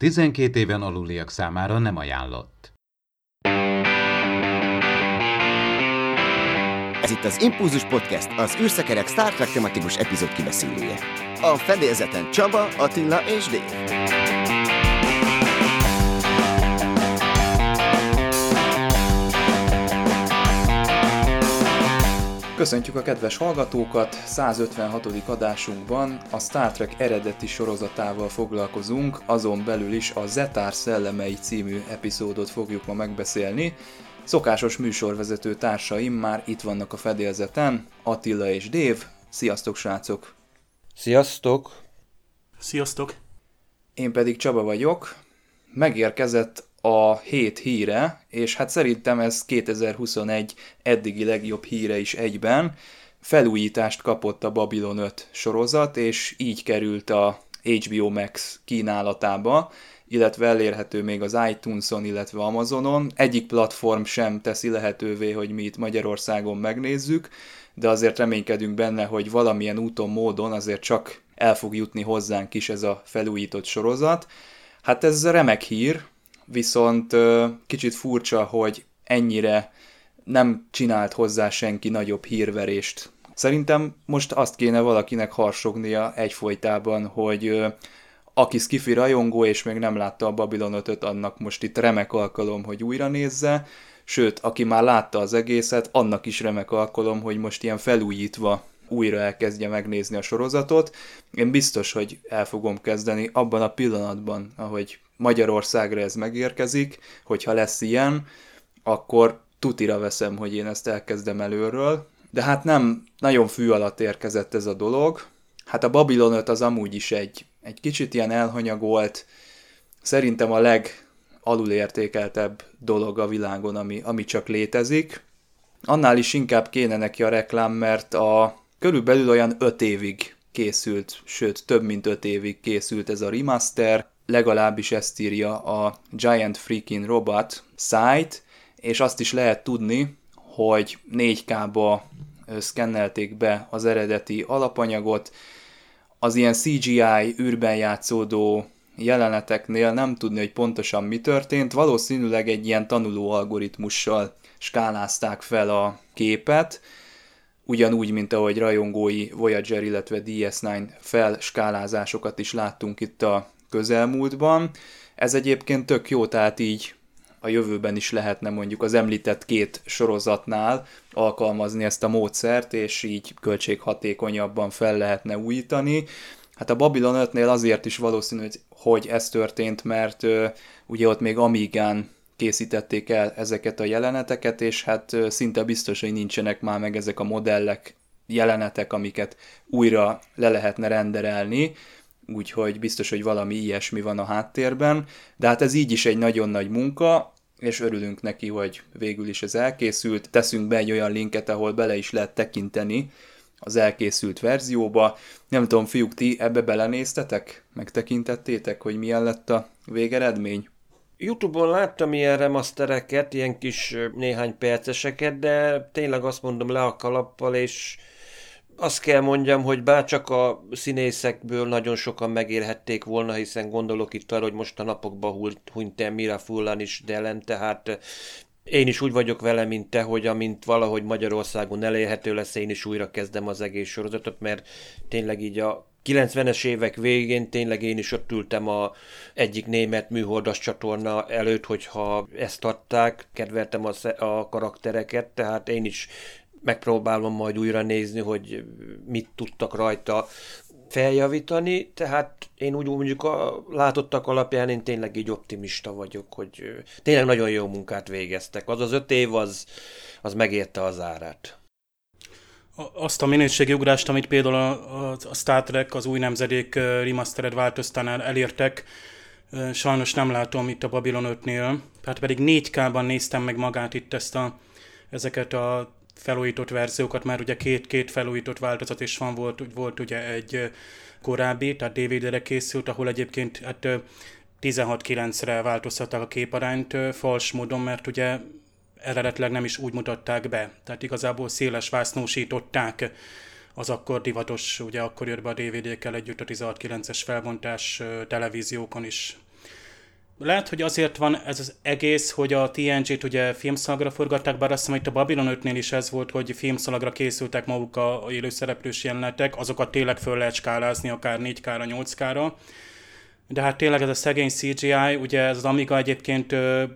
12 éven aluliak számára nem ajánlott. Ez itt az Impulzus Podcast, az űrszekerek Star Trek tematikus epizód kibeszélője. A fedélzeten Csaba, Attila és Dave. Köszöntjük a kedves hallgatókat! 156. adásunkban a Star Trek eredeti sorozatával foglalkozunk, azon belül is a Zetar szellemei című epizódot fogjuk ma megbeszélni. Szokásos műsorvezető társaim már itt vannak a fedélzeten, Attila és Dave. Sziasztok, srácok! Sziasztok! Sziasztok! Én pedig Csaba vagyok. Megérkezett a hét híre, és hát szerintem ez 2021 eddigi legjobb híre is egyben. Felújítást kapott a Babylon 5 sorozat, és így került a HBO Max kínálatába, illetve elérhető még az iTunes-on, illetve Amazonon. Egyik platform sem teszi lehetővé, hogy mi itt Magyarországon megnézzük, de azért reménykedünk benne, hogy valamilyen úton, módon azért csak el fog jutni hozzánk is ez a felújított sorozat. Hát ez remek hír, viszont kicsit furcsa, hogy ennyire nem csinált hozzá senki nagyobb hírverést. Szerintem most azt kéne valakinek harsognia egyfolytában, hogy aki sci-fi rajongó és még nem látta a Babylon 5-öt, annak most itt remek alkalom, hogy újra nézze, sőt, aki már látta az egészet, annak is remek alkalom, hogy most ilyen felújítva újra elkezdje megnézni a sorozatot. Én biztos, hogy el fogom kezdeni abban a pillanatban, ahogy Magyarországra ez megérkezik, hogyha lesz ilyen, akkor tutira veszem, hogy én ezt elkezdem előről. De hát nem nagyon fű alatt érkezett ez a dolog. Hát a Babylon 5 az amúgy is egy kicsit ilyen elhanyagolt, szerintem a legalulértékeltebb dolog a világon, ami csak létezik. Annál is inkább kéne neki a reklám, mert körülbelül olyan 5 évig készült, sőt több mint 5 évig készült ez a remaster, legalábbis ezt írja a Giant Freaking Robot site, és azt is lehet tudni, hogy 4K-ba szkennelték be az eredeti alapanyagot. Az ilyen CGI űrben játszódó jeleneteknél nem tudni, hogy pontosan mi történt, valószínűleg egy ilyen tanuló algoritmussal skálázták fel a képet, ugyanúgy, mint ahogy rajongói Voyager, illetve DS9 felskálázásokat is láttunk itt a közelmúltban. Ez egyébként tök jó, tehát így a jövőben is lehetne mondjuk az említett két sorozatnál alkalmazni ezt a módszert, és így költséghatékonyabban fel lehetne újítani. Hát a Babylon 5-nél azért is valószínű, hogy ez történt, mert ugye ott még Amigán készítették el ezeket a jeleneteket, és hát szinte biztos, hogy nincsenek már meg ezek a modellek, jelenetek, amiket újra le lehetne renderelni, úgyhogy biztos, hogy valami ilyesmi van a háttérben, de hát ez így is egy nagyon nagy munka, és örülünk neki, hogy végül is ez elkészült. Teszünk be egy olyan linket, ahol bele is lehet tekinteni az elkészült verzióba. Nem tudom, fiúk, ti ebbe belenéztetek? Megtekintettétek, hogy milyen lett a végeredmény? YouTube-on láttam ilyen remastereket, ilyen kis néhány perceseket, de tényleg azt mondom le a kalappal, és azt kell mondjam, hogy bárcsak a színészekből nagyon sokan megérhették volna, hiszen gondolok itt arra, hogy most a napokban hunyt el Mira Furlan is Dellen, tehát én is úgy vagyok vele, mint te, hogy amint valahogy Magyarországon elérhető lesz, én is újra kezdem az egész sorozatot, mert tényleg így a 90-es évek végén tényleg én is ott ültem egyik német műholdas csatorna előtt, hogyha ezt adták, kedveltem a karaktereket, tehát én is megpróbálom majd újra nézni, hogy mit tudtak rajta feljavítani, tehát én úgy mondjuk a látottak alapján én tényleg így optimista vagyok, hogy tényleg nagyon jó munkát végeztek. Az 5 év, az megérte az árát. Azt a minőségi ugrást, amit például a Star Trek, az új nemzedék remastered változtánál elértek, sajnos nem látom itt a Babylon 5-nél, hát pedig 4K-ban néztem meg magát itt ezeket a felújított verziókat, már ugye két felújított változat is van, volt ugye egy korábbi, tehát DVD-re készült, ahol egyébként hát 16:9-re változtatták a képarányt fals módon, mert ugye eredetileg nem is úgy mutatták be. Tehát igazából széles vásznósították az akkor divatos, ugye akkor jött be a DVD-kkel együtt a 16:9-es felbontás televíziókon is. Lehet, hogy azért van ez az egész, hogy a TNG-t ugye filmszalagra forgatták, bár azt hiszem, hogy a Babylon 5-nél is ez volt, hogy filmszalagra készültek maguk a élőszereplős jelenetek, azokat tényleg föl lehet skálázni, akár 4K-ra, 8K-ra. De hát tényleg ez a szegény CGI, ugye ez az Amiga egyébként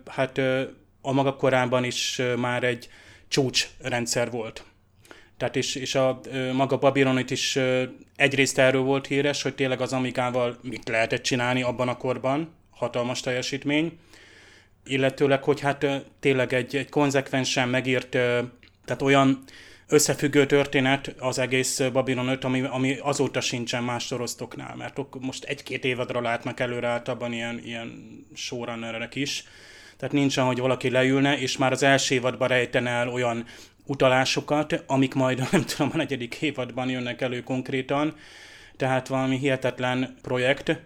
a maga korában is már egy csúcsrendszer volt. Tehát és a maga Babylonit is egyrészt erről volt híres, hogy tényleg az Amigával mit lehetett csinálni abban a korban, hatalmas teljesítmény, illetőleg, hogy hát tényleg egy konzekvensen megírt, tehát olyan összefüggő történet az egész Babylon 5, ami azóta sincsen más sorosztoknál, mert most 1-2 évadra látnak előre általában ilyen showrunnerek is, tehát nincsen, hogy valaki leülne, és már az első évadban rejtene el olyan utalásokat, amik majd, nem tudom, a 4. évadban jönnek elő konkrétan, tehát valami hihetetlen projekt.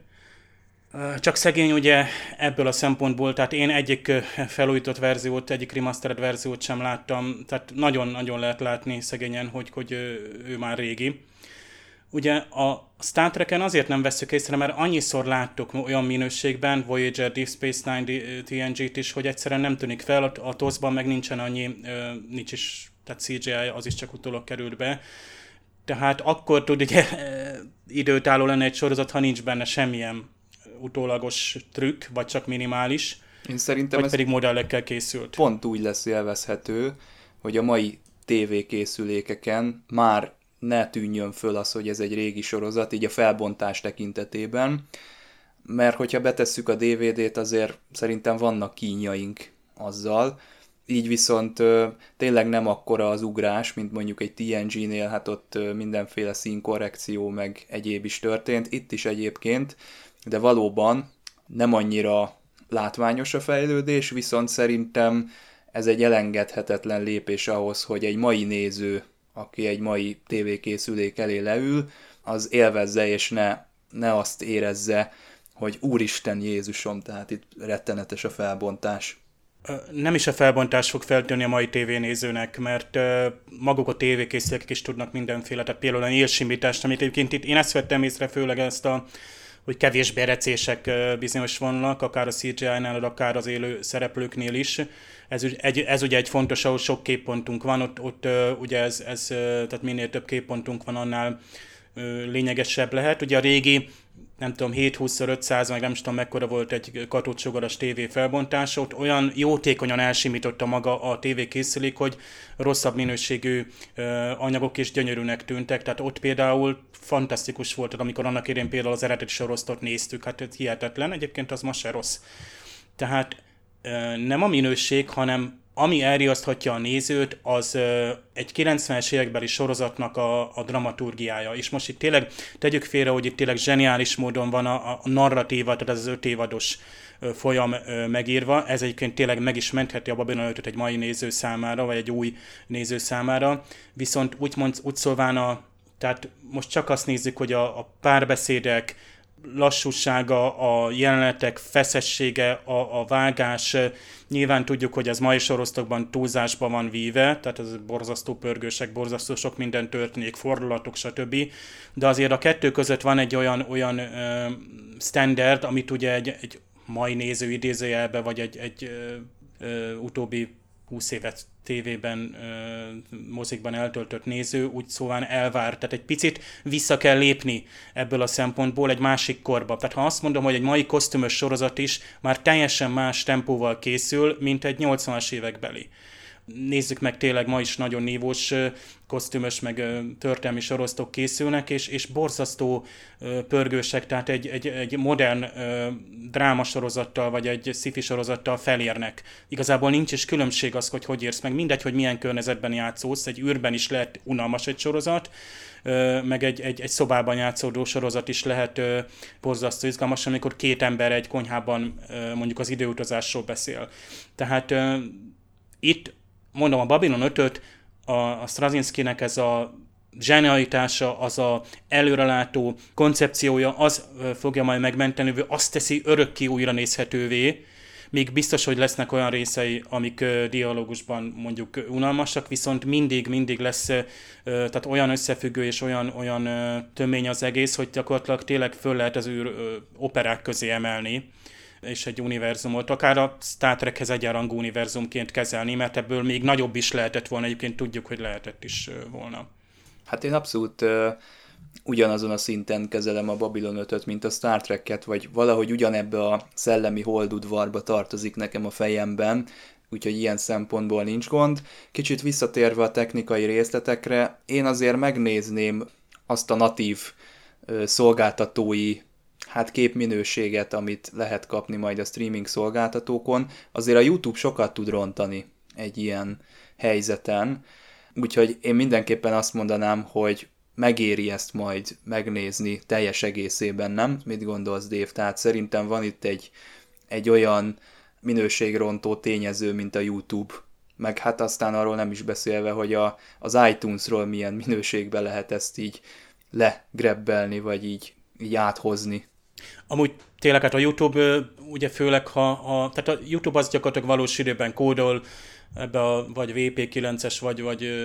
Csak szegény ugye ebből a szempontból, tehát én egyik felújított verziót, egyik remastered verziót sem láttam, tehát nagyon-nagyon lehet látni szegényen, hogy ő már régi. Ugye a Star Trek-en azért nem vesszük észre, mert annyiszor láttuk olyan minőségben, Voyager, Deep Space Nine, TNG-t is, hogy egyszerűen nem tűnik fel, a TOS-ban meg nincsen annyi, nincs is, tehát CGI az is csak utólag került be. Tehát akkor tud ugye időtálló lenni egy sorozat, ha nincs benne semmilyen utólagos trükk, vagy csak minimális, én szerintem vagy pedig modellekkel készült. Pont úgy lesz élvezhető, hogy a mai tévékészülékeken már ne tűnjön föl az, hogy ez egy régi sorozat, így a felbontás tekintetében, mert hogyha betesszük a DVD-t, azért szerintem vannak kínjaink azzal, így viszont tényleg nem akkora az ugrás, mint mondjuk egy TNG-nél, hát ott mindenféle színkorrekció meg egyéb is történt, itt is egyébként, de valóban nem annyira látványos a fejlődés, viszont szerintem ez egy elengedhetetlen lépés ahhoz, hogy egy mai néző, aki egy mai tévékészülék elé leül, az élvezze és ne azt érezze, hogy Úristen Jézusom, tehát itt rettenetes a felbontás. Nem is a felbontás fog feltűnni a mai tévénézőnek, mert maguk a tévékészülékek is tudnak mindenféle, tehát például a nyílsimítást, amit egyébként itt én ezt vettem észre, főleg hogy kevésbé recések bizonyos vannak, akár a CGI-nál, akár az élő szereplőknél is. Ez ugye egy fontos, ahol sok képpontunk van, ott ugye ez tehát minél több képpontunk van, annál lényegesebb lehet. Ugye a régi, nem tudom, 720x500, meg nem is tudom mekkora volt egy katódsugaras tévé felbontás, ott olyan jótékonyan elsimította maga a tévékészülék, hogy rosszabb minőségű anyagok is gyönyörűnek tűntek, tehát ott például fantasztikus volt, amikor annak idején például az eredeti sorozatot néztük, hát ez hihetetlen, egyébként az ma se rossz. Tehát nem a minőség, hanem ami elriaszthatja a nézőt, az egy 90-es évekbeli sorozatnak a dramaturgiája. És most itt tényleg tegyük félre, hogy itt tényleg zseniális módon van a narratíva, tehát az 5 évados folyam megírva. Ez egyébként tényleg meg is mentheti a Babylon 5-öt egy mai néző számára, vagy egy új néző számára. Viszont úgy szólván, tehát most csak azt nézzük, hogy a párbeszédek, lassúsága, a jelenetek feszessége, a vágás, nyilván tudjuk, hogy ez mai sorosztokban túlzásba van víve, tehát ez borzasztó pörgősek, borzasztó sok minden történik, fordulatok, stb. De azért a kettő között van egy olyan standard, amit ugye egy mai néző idézőjelbe, vagy egy utóbbi 20 évet tévében, mozikban eltöltött néző úgy szóval elvár. Tehát egy picit vissza kell lépni ebből a szempontból egy másik korba. Tehát ha azt mondom, hogy egy mai kosztümös sorozat is már teljesen más tempóval készül, mint egy 80-as évekbeli. Nézzük meg, tényleg ma is nagyon nívós kosztümös, meg történelmi sorozatok készülnek, és borzasztó pörgősek, tehát egy modern drámasorozattal, vagy egy sci-fi sorozattal felérnek. Igazából nincs is különbség az, hogy érsz meg. Mindegy, hogy milyen környezetben játszódsz, egy űrben is lehet unalmas egy sorozat, meg egy szobában játszódó sorozat is lehet borzasztó izgalmas, amikor 2 ember egy konyhában mondjuk az időutazásról beszél. Tehát itt mondom, a Babylon 5-öt, a Straczynskinek ez a zsenialitása, az a előrelátó koncepciója, az fogja majd megmenteni, hogy azt teszi örökké újra nézhetővé, még biztos, hogy lesznek olyan részei, amik dialógusban mondjuk unalmasak, viszont mindig lesz tehát olyan összefüggő és olyan tömény az egész, hogy gyakorlatilag tényleg föl lehet az operák közé emelni és egy univerzumot, akár a Star Trekhez egyenrangú univerzumként kezelni, mert ebből még nagyobb is lehetett volna, egyébként tudjuk, hogy lehetett is volna. Hát én abszolút ugyanazon a szinten kezelem a Babylon 5-öt, mint a Star Trek-et, vagy valahogy ugyanebbe a szellemi holdudvarba tartozik nekem a fejemben, úgyhogy ilyen szempontból nincs gond. Kicsit visszatérve a technikai részletekre, én azért megnézném azt a natív szolgáltatói képminőséget, amit lehet kapni majd a streaming szolgáltatókon. Azért a YouTube sokat tud rontani egy ilyen helyzeten, úgyhogy én mindenképpen azt mondanám, hogy megéri ezt majd megnézni teljes egészében, nem? Mit gondolsz, Dave? Tehát szerintem van itt egy olyan minőségrontó tényező, mint a YouTube, meg hát aztán arról nem is beszélve, hogy az iTunes-ról milyen minőségben lehet ezt így legrabbelni, vagy így áthozni. Amúgy tényleg hát a YouTube, ugye főleg tehát a YouTube az gyakorlatilag valós időben kódol, ebbe vagy VP9-es, vagy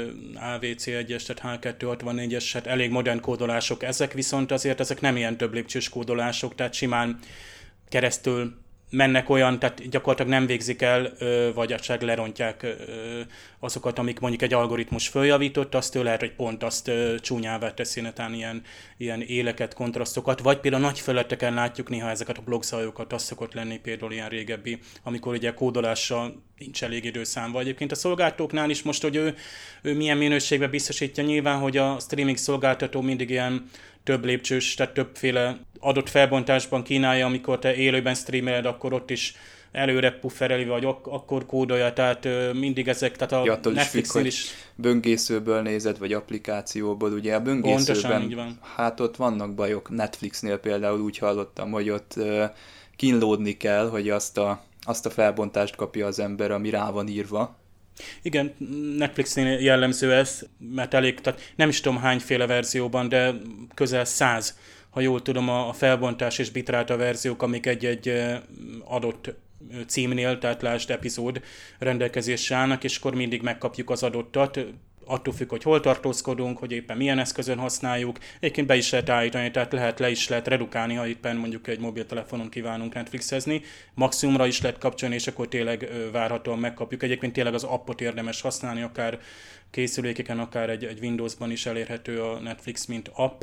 AVC1-es, tehát H264-es, hát elég modern kódolások ezek, viszont azért ezek nem ilyen több lépcsős kódolások, tehát simán keresztül mennek olyan, tehát gyakorlatilag nem végzik el, vagy esetleg lerontják azokat, amik mondjuk egy algoritmus följavított, azt lehet, hogy pont azt csúnyává teszi netán ilyen éleket, kontrasztokat, vagy például nagy felületeken látjuk néha ezeket a blogzajokat, az szokott lenni például ilyen régebbi, amikor ugye kódolással nincs elég időszám, vagy egyébként a szolgáltatóknál is most, hogy ő milyen minőségben biztosítja nyilván, hogy a streaming szolgáltató mindig ilyen több lépcsős, tehát többféle adott felbontásban kínálja, amikor te élőben streameled, akkor ott is előre puffereli, vagy akkor kódolja, tehát mindig ezek, tehát a Netflixen is... Böngészőből nézed, vagy applikációból, ugye a böngészőben, hát ott vannak bajok. Netflixnél például úgy hallottam, hogy ott kínlódni kell, hogy azt a felbontást kapja az ember, ami rá van írva. Igen, Netflixnél jellemző ez, mert tehát nem is tudom hányféle verzióban, de közel 100, ha jól tudom, a felbontás és bitráta verziók, amik egy adott címnél, tehát lásd epizód rendelkezésre állnak, és akkor mindig megkapjuk az adottat, attól függ, hogy hol tartózkodunk, hogy éppen milyen eszközön használjuk. Egyébként be is lehet állítani, tehát le is lehet redukálni, ha éppen mondjuk egy mobiltelefonon kívánunk Netflixezni. Maximumra is lehet kapcsolni, és akkor tényleg várhatóan megkapjuk. Egyébként tényleg az appot érdemes használni, akár készülékeken, akár egy Windowsban is elérhető a Netflix, mint app.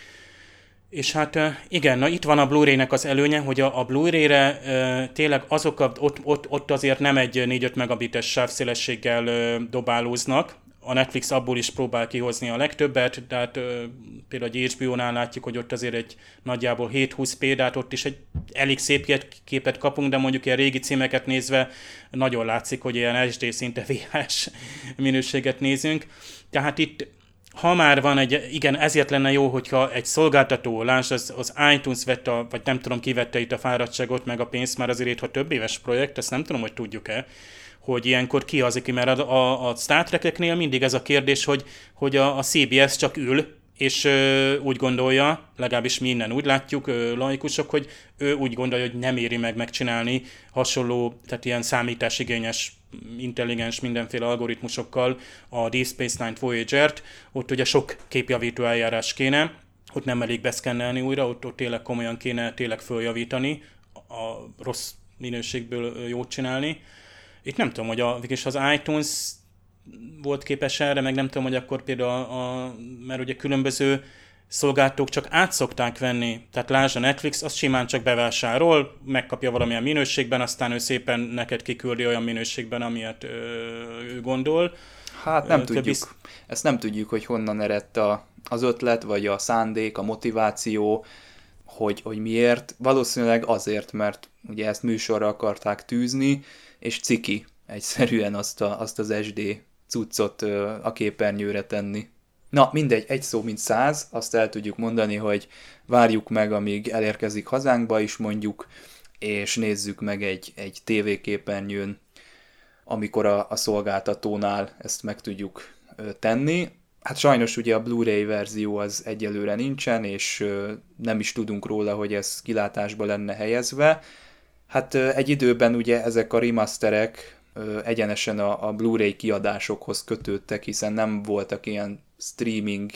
És hát igen, na itt van a Blu-ray-nek az előnye, hogy a Blu-ray-re tényleg azok, ott azért nem egy 4-5 megabites sávszélességgel dobálóznak. A Netflix abból is próbál kihozni a legtöbbet, tehát például egy HBO-nál látjuk, hogy ott azért egy nagyjából 720p, de hát ott is egy elég szép képet kapunk, de mondjuk ilyen régi címeket nézve nagyon látszik, hogy ilyen SD szinte VHS minőséget nézünk. Tehát itt ha már van igen, ezért lenne jó, hogyha egy szolgáltató, lásd, az iTunes vette, vagy nem tudom, ki vette itt a fáradtságot, meg a pénzt, már azért ha több éves projekt, ezt nem tudom, hogy tudjuk-e, hogy ilyenkor ki az, aki, mert a Star Trek-eknél mindig ez a kérdés, hogy a CBS csak ül, és úgy gondolja, legalábbis mi innen úgy látjuk, laikusok, hogy ő úgy gondolja, hogy nem éri megcsinálni hasonló, tehát ilyen számításigényes, intelligens mindenféle algoritmusokkal a Deep Space Nine Voyager-t, ott ugye sok képjavító eljárás kéne, ott nem elég beszkennelni újra, ott tényleg komolyan kéne tényleg följavítani, a rossz minőségből jót csinálni. Itt nem tudom, hogy az iTunes volt képes erre, meg nem tudom, hogy akkor például mert ugye különböző szolgáltatók csak át szokták venni, tehát lásd a Netflix, azt simán csak bevásárol, megkapja valamilyen minőségben, aztán ő szépen neked kiküldi olyan minőségben, amilyet ő gondol. Hát nem tudjuk. Ezt nem tudjuk, hogy honnan eredt az ötlet, vagy a szándék, a motiváció, hogy miért. Valószínűleg azért, mert ugye ezt műsorra akarták tűzni, és ciki egyszerűen azt az SD cuccot a képernyőre tenni. Na, mindegy, egy szó mint 100, azt el tudjuk mondani, hogy várjuk meg, amíg elérkezik hazánkba is mondjuk, és nézzük meg egy tévéképernyőn, amikor a szolgáltatónál ezt meg tudjuk tenni. Hát sajnos ugye a Blu-ray verzió az egyelőre nincsen, és nem is tudunk róla, hogy ez kilátásba lenne helyezve. Hát egy időben ugye ezek a remasterek egyenesen a Blu-ray kiadásokhoz kötődtek, hiszen nem voltak ilyen streaming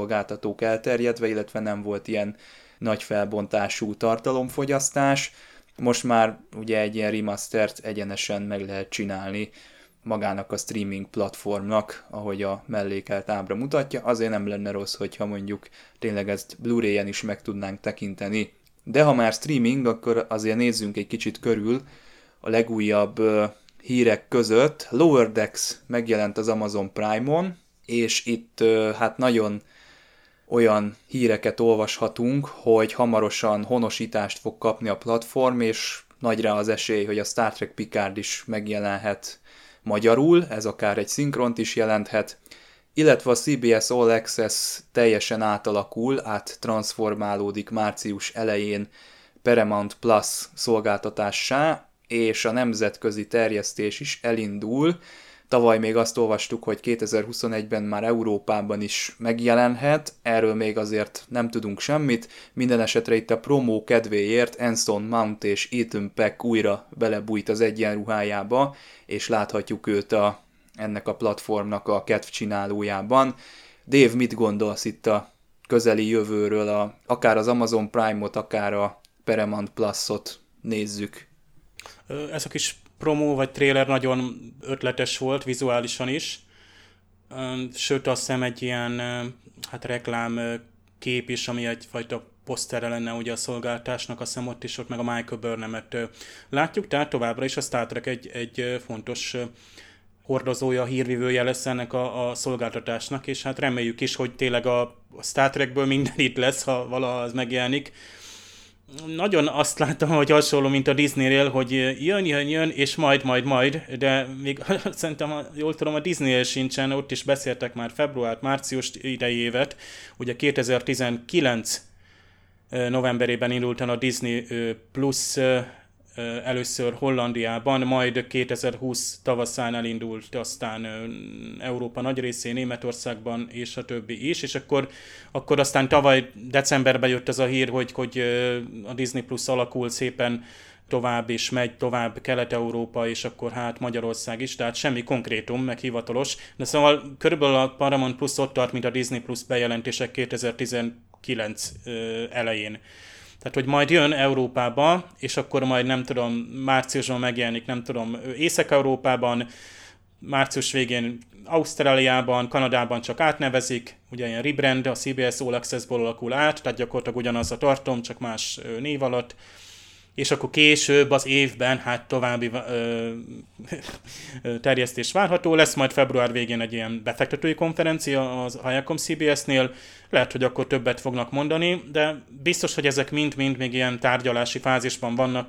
szolgáltatók elterjedve, illetve nem volt ilyen nagy felbontású tartalomfogyasztás. Most már ugye egy ilyen remastert egyenesen meg lehet csinálni magának a streaming platformnak, ahogy a mellékelt ábra mutatja, azért nem lenne rossz, hogyha mondjuk tényleg ezt Blu-ray-en is meg tudnánk tekinteni. De ha már streaming, akkor azért nézzünk egy kicsit körül a legújabb hírek között. Lower Decks megjelent az Amazon Prime-on, és itt hát nagyon olyan híreket olvashatunk, hogy hamarosan honosítást fog kapni a platform, és nagy rá az esély, hogy a Star Trek Picard is megjelenhet magyarul, ez akár egy szinkront is jelenthet, illetve a CBS All Access teljesen áttransformálódik március elején Paramount Plus szolgáltatássá, és a nemzetközi terjesztés is elindul. Tavaly még azt olvastuk, hogy 2021-ben már Európában is megjelenhet, erről még azért nem tudunk semmit. Minden esetre itt a promó kedvéért Anson Mount és Ethan Peck újra belebújt az egyenruhájába, és láthatjuk őt ennek a platformnak a kedvcsinálójában. Dave, mit gondolsz itt a közeli jövőről, akár az Amazon Prime-ot, akár a Paramount Plus-ot nézzük? Ez a kis promó vagy trailer nagyon ötletes volt, vizuálisan is. Sőt, azt hiszem egy ilyen reklám kép is, ami egyfajta posztere lenne ugye a szolgáltásnak, azt hiszem ott meg a Michael Burnham-et látjuk, tehát továbbra is a Star Trek egy fontos hordozója, hírvivője lesz ennek a szolgáltatásnak, és hát reméljük is, hogy tényleg a Star Trekből minden itt lesz, ha valaha az megjelenik. Nagyon azt láttam, hogy hasonló, mint a Disney-nél, hogy jön, és majd, de még szerintem, jól tudom, a Disney-nél sincsen, ott is beszéltek már február-március idei évet, ugye 2019 novemberében indult el a Disney Plus először Hollandiában, majd 2020 tavaszán elindult, aztán Európa nagy részén, Németországban és a többi is, és akkor aztán tavaly decemberben jött ez a hír, hogy a Disney Plus alakul szépen tovább, és megy tovább Kelet-Európa, és akkor hát Magyarország is, tehát semmi konkrétum, meg hivatalos, de szóval körülbelül a Paramount Plus ott tart, mint a Disney Plus bejelentések 2019 elején. Tehát, hogy majd jön Európába, és akkor majd nem tudom, márciusban megjelenik, nem tudom, Észak-Európában, március végén Ausztráliában, Kanadában csak átnevezik, ugye ilyen rebrand, a CBS All Access-ból alakul át, tehát gyakorlatilag ugyanaz a tartom, csak más név alatt, és akkor később az évben hát további terjesztés várható. Lesz majd február végén egy ilyen befektetői konferencia az Viacom CBS-nél, lehet, hogy akkor többet fognak mondani, de biztos, hogy ezek mind még ilyen tárgyalási fázisban vannak,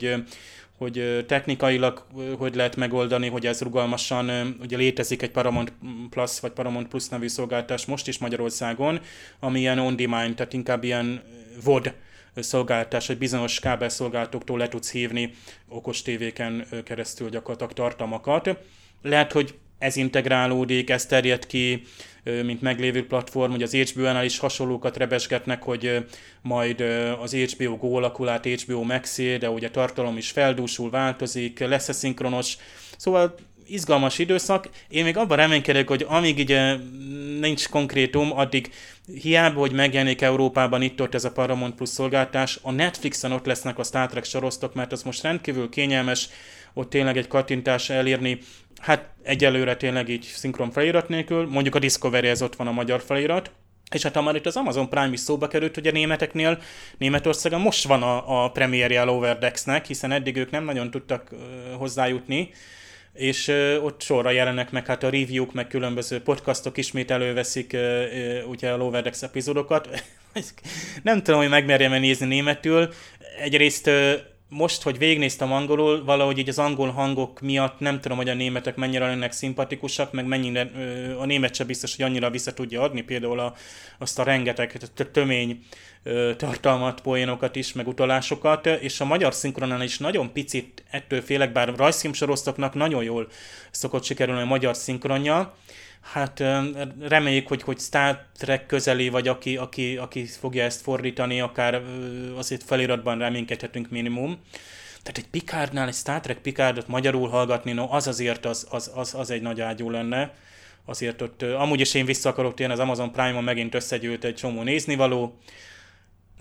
hogy technikailag hogy lehet megoldani, hogy ez rugalmasan, ugye létezik egy Paramount Plus vagy Paramount Plus nevű szolgáltatás most is Magyarországon, ami ilyen on-demand, tehát inkább ilyen VOD szolgáltatás, hogy bizonyos kábelszolgáltatóktól le tudsz hívni okos tévéken keresztül gyakorlatilag tartalmakat. Lehet, hogy ez integrálódik, ez terjed ki, mint meglévő platform, hogy az HBO-nál is hasonlókat rebesgetnek, hogy majd az HBO Go alakul át HBO Maxé, de ugye tartalom is feldúsul, változik, lesz-e szinkronos. Szóval izgalmas időszak. Én még abban reménykedek, hogy amíg ugye nincs konkrétum, addig hiába, hogy megjelenik Európában itt-ott ez a Paramount Plus szolgáltás, a Netflixen ott lesznek a Star Trek sorosztok, mert az most rendkívül kényelmes, ott tényleg egy kattintás elérni, hát egyelőre tényleg így szinkron felirat nélkül, mondjuk a Discovery-hez ott van a magyar felirat, és hát ha már itt az Amazon Prime is szóba került, hogy a németeknél, Németországon most van a premierje a Lower Decks-nek, hiszen eddig ők nem nagyon tudtak hozzájutni, és ott sorra jelennek meg hát a review-k, meg különböző podcastok ismét előveszik ugye a Lower Decks epizódokat. Nem tudom, hogy megmerjem-e nézni németül. Egyrészt most, hogy végignéztem angolul, valahogy így az angol hangok miatt nem tudom, hogy a németek mennyire lennek szimpatikusak, meg mennyire a német sem biztos, hogy annyira vissza tudja adni, például azt a rengeteg tömény tartalmat, poénokat is, meg utalásokat, és a magyar szinkronán is nagyon picit ettől félek, bár rajzfilmsorosztoknak nagyon jól szokott sikerülni a magyar szinkronja. Hát reméljük, hogy Star Trek közeli, vagy aki fogja ezt fordítani, akár azért feliratban reménykedhetünk minimum. Tehát egy Picardnál, egy Star Trek Picardot magyarul hallgatni, no, az azért az egy nagy ágyú lenne. Azért ott, amúgy is én vissza akarok térni, az Amazon Prime-on megint összegyűlt egy csomó néznivaló,